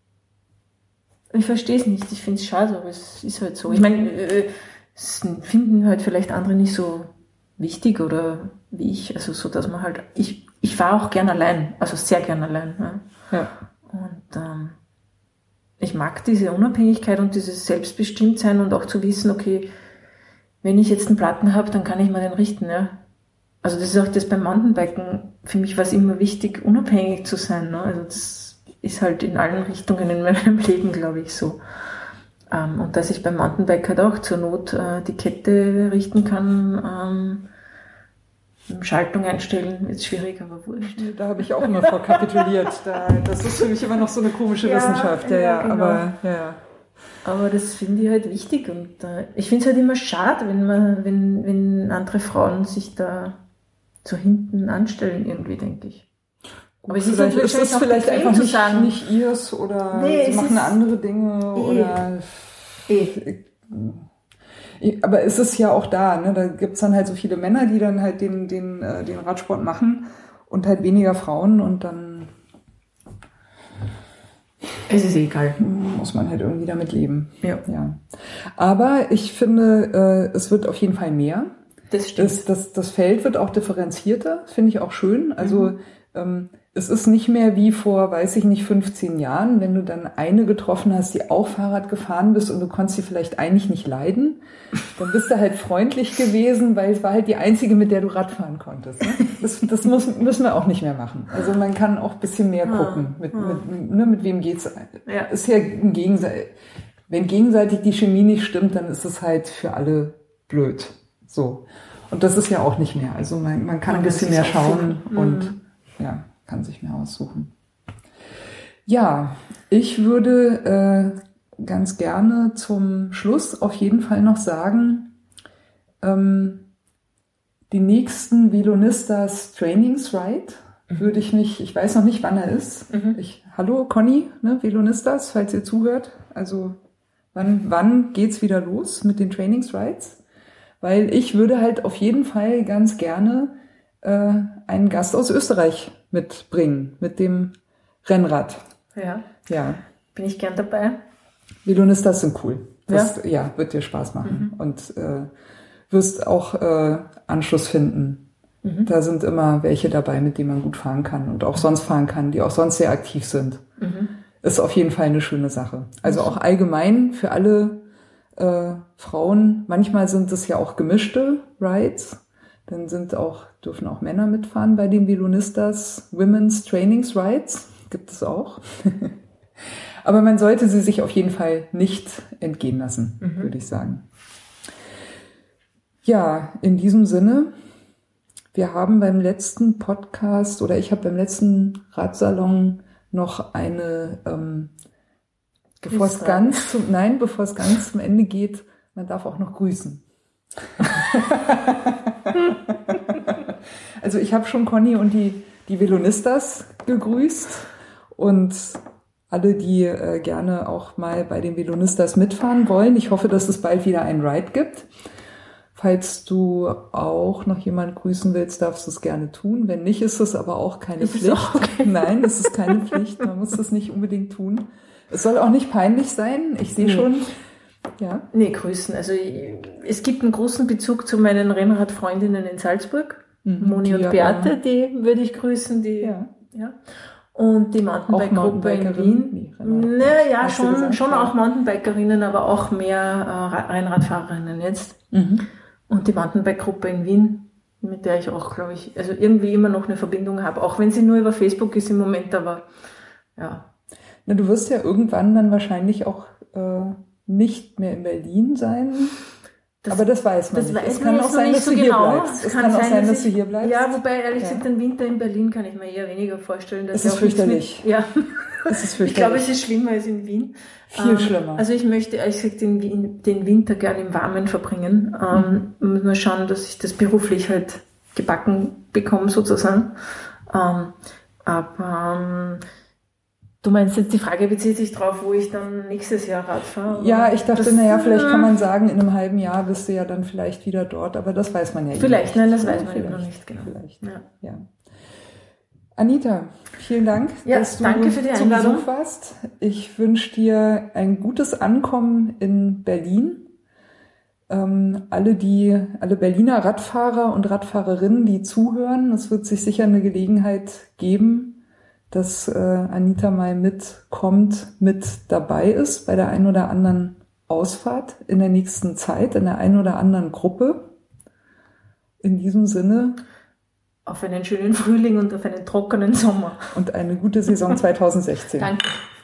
Ich verstehe es nicht, ich finde es schade, aber es ist halt so. Ich meine, es finden halt vielleicht andere nicht so wichtig oder wie ich, also so, dass man halt, ich, ich fahre auch gern allein, also sehr gern allein. Ja. Ja. Und ähm, ich mag diese Unabhängigkeit und dieses Selbstbestimmtsein und auch zu wissen, okay, wenn ich jetzt einen Platten habe, dann kann ich mal den richten. Ja. Also das ist auch das beim Mountainbiken, für mich war es immer wichtig, unabhängig zu sein. Ne? Also das ist halt in allen Richtungen in meinem Leben, glaube ich, so. Ähm, und dass ich beim Mountainbike halt auch zur Not äh, die Kette richten kann, ähm, Schaltung einstellen, ist schwierig, aber wurscht. Da habe ich auch immer vor kapituliert. Da, das ist für mich immer noch so eine komische ja, Wissenschaft. Ja, ja, genau. aber, ja. aber das finde ich halt wichtig und äh, ich finde es halt immer schade, wenn man, wenn, wenn andere Frauen sich da so hinten anstellen, irgendwie, denke ich. Aber es ist, vielleicht, ist das vielleicht einfach nicht, sagen, nicht ihrs oder nee, sie machen andere Dinge eh, oder. Eh. Aber es ist ja auch da, ne? Da gibt's dann halt so viele Männer, die dann halt den, den, den Radsport machen und halt weniger Frauen und dann. Es ist egal. Muss man halt irgendwie damit leben. Ja. ja. Aber ich finde, es wird auf jeden Fall mehr. Das stimmt. Das, das, das Feld wird auch differenzierter, finde ich auch schön. Also, mhm. ähm, es ist nicht mehr wie vor, weiß ich nicht, fünfzehn Jahren, wenn du dann eine getroffen hast, die auch Fahrrad gefahren bist und du konntest sie vielleicht eigentlich nicht leiden, dann bist du halt freundlich gewesen, weil es war halt die einzige, mit der du Rad fahren konntest. Ne? Das, das muss, müssen wir auch nicht mehr machen. Also man kann auch ein bisschen mehr gucken, mit, mit, ne, mit wem geht's. Ja. Ist ja ein Gegenseitig. Wenn gegenseitig die Chemie nicht stimmt, dann ist es halt für alle blöd. So. Und das ist ja auch nicht mehr. Also man, man kann ein bisschen mehr schauen und ja, kann sich mehr aussuchen. Ja, ich würde äh, ganz gerne zum Schluss auf jeden Fall noch sagen, ähm, die nächsten Velonistas Trainings Ride mhm. würde ich mich, ich weiß noch nicht, wann er ist. Mhm. Ich, hallo Conny, ne, Velonistas, falls ihr zuhört. Also wann, wann geht's wieder los mit den Trainings Rides? Weil ich würde halt auf jeden Fall ganz gerne äh, einen Gast aus Österreich mitbringen, mit dem Rennrad. Ja. Ja. Bin ich gern dabei. Velonistas sind cool. Das, ja? ja, wird dir Spaß machen. Mhm. Und äh, wirst auch äh, Anschluss finden. Mhm. Da sind immer welche dabei, mit denen man gut fahren kann und auch sonst fahren kann, die auch sonst sehr aktiv sind. Mhm. Ist auf jeden Fall eine schöne Sache. Also auch allgemein für alle äh, Frauen. Manchmal sind es ja auch gemischte Rides. Dann sind auch, dürfen auch Männer mitfahren bei den Velonistas Women's Trainings Rides. Gibt es auch. Aber man sollte sie sich auf jeden Fall nicht entgehen lassen, mhm. würde ich sagen. Ja, in diesem Sinne, wir haben beim letzten Podcast oder ich habe beim letzten Radsalon noch eine, ähm, bevor es ganz zum, nein, bevor es ganz zum Ende geht, Man darf auch noch grüßen. Also ich habe schon Conny und die, die Velonistas gegrüßt und alle, die äh, gerne auch mal bei den Velonistas mitfahren wollen. Ich hoffe, dass es bald wieder ein Ride gibt. Falls du auch noch jemanden grüßen willst, darfst du es gerne tun. Wenn nicht, ist es aber auch keine ist Pflicht. Auch okay. Nein, das ist keine Pflicht. Man muss das nicht unbedingt tun. Es soll auch nicht peinlich sein. Ich sehe nee. schon... Ja. Nee, grüßen. Also es gibt einen großen Bezug zu meinen Rennradfreundinnen in Salzburg. Mhm, Moni und Beate, ja. Die würde ich grüßen. Die, ja. Ja. Und die Mountainbike-Gruppe in Wien. Nee, naja, schon, gesagt, schon ja. auch Mountainbikerinnen, aber auch mehr äh, Rennradfahrerinnen jetzt. Mhm. Und die Mountainbike-Gruppe in Wien, mit der ich auch, glaube ich, also irgendwie immer noch eine Verbindung habe, auch wenn sie nur über Facebook ist im Moment, aber ja. Na, du wirst ja irgendwann dann wahrscheinlich auch äh, nicht mehr in Berlin sein. Das, aber das weiß man das nicht. Weiß es kann auch sein, dass so du genau. hier bleibst. Es kann, kann auch sein, dass, dass du hier bleibst. Ja, wobei, ehrlich ja. gesagt, den Winter in Berlin kann ich mir eher weniger vorstellen. Dass es ist fürchterlich. Mit, ja. Es ist fürchterlich. Ich glaube, es ist schlimmer als in Wien. Viel ähm, schlimmer. Also ich möchte, ehrlich gesagt, den, den Winter gerne im Warmen verbringen. Ähm, mhm. Muss mal schauen, dass ich das beruflich halt gebacken bekomme, sozusagen. Ähm, aber... Ähm, Du meinst jetzt, die Frage bezieht sich darauf, wo ich dann nächstes Jahr Rad fahre? Ja, ich dachte, naja, vielleicht kann man sagen, in einem halben Jahr bist du ja dann vielleicht wieder dort, aber das weiß man ja Vielleicht, nicht. nein, das weiß man vielleicht, eben noch nicht, genau. Vielleicht, ja. ja. Anita, vielen Dank, ja, dass du danke für die zum Einladung. Besuch warst. Ich wünsche dir ein gutes Ankommen in Berlin. Ähm, alle die, alle Berliner Radfahrer und Radfahrerinnen, die zuhören, es wird sich sicher eine Gelegenheit geben, dass äh, Anita mal mitkommt, mit dabei ist bei der einen oder anderen Ausfahrt in der nächsten Zeit, in der einen oder anderen Gruppe. In diesem Sinne. Auf einen schönen Frühling und auf einen trockenen Sommer. Und eine gute Saison zwanzig sechzehn. Danke.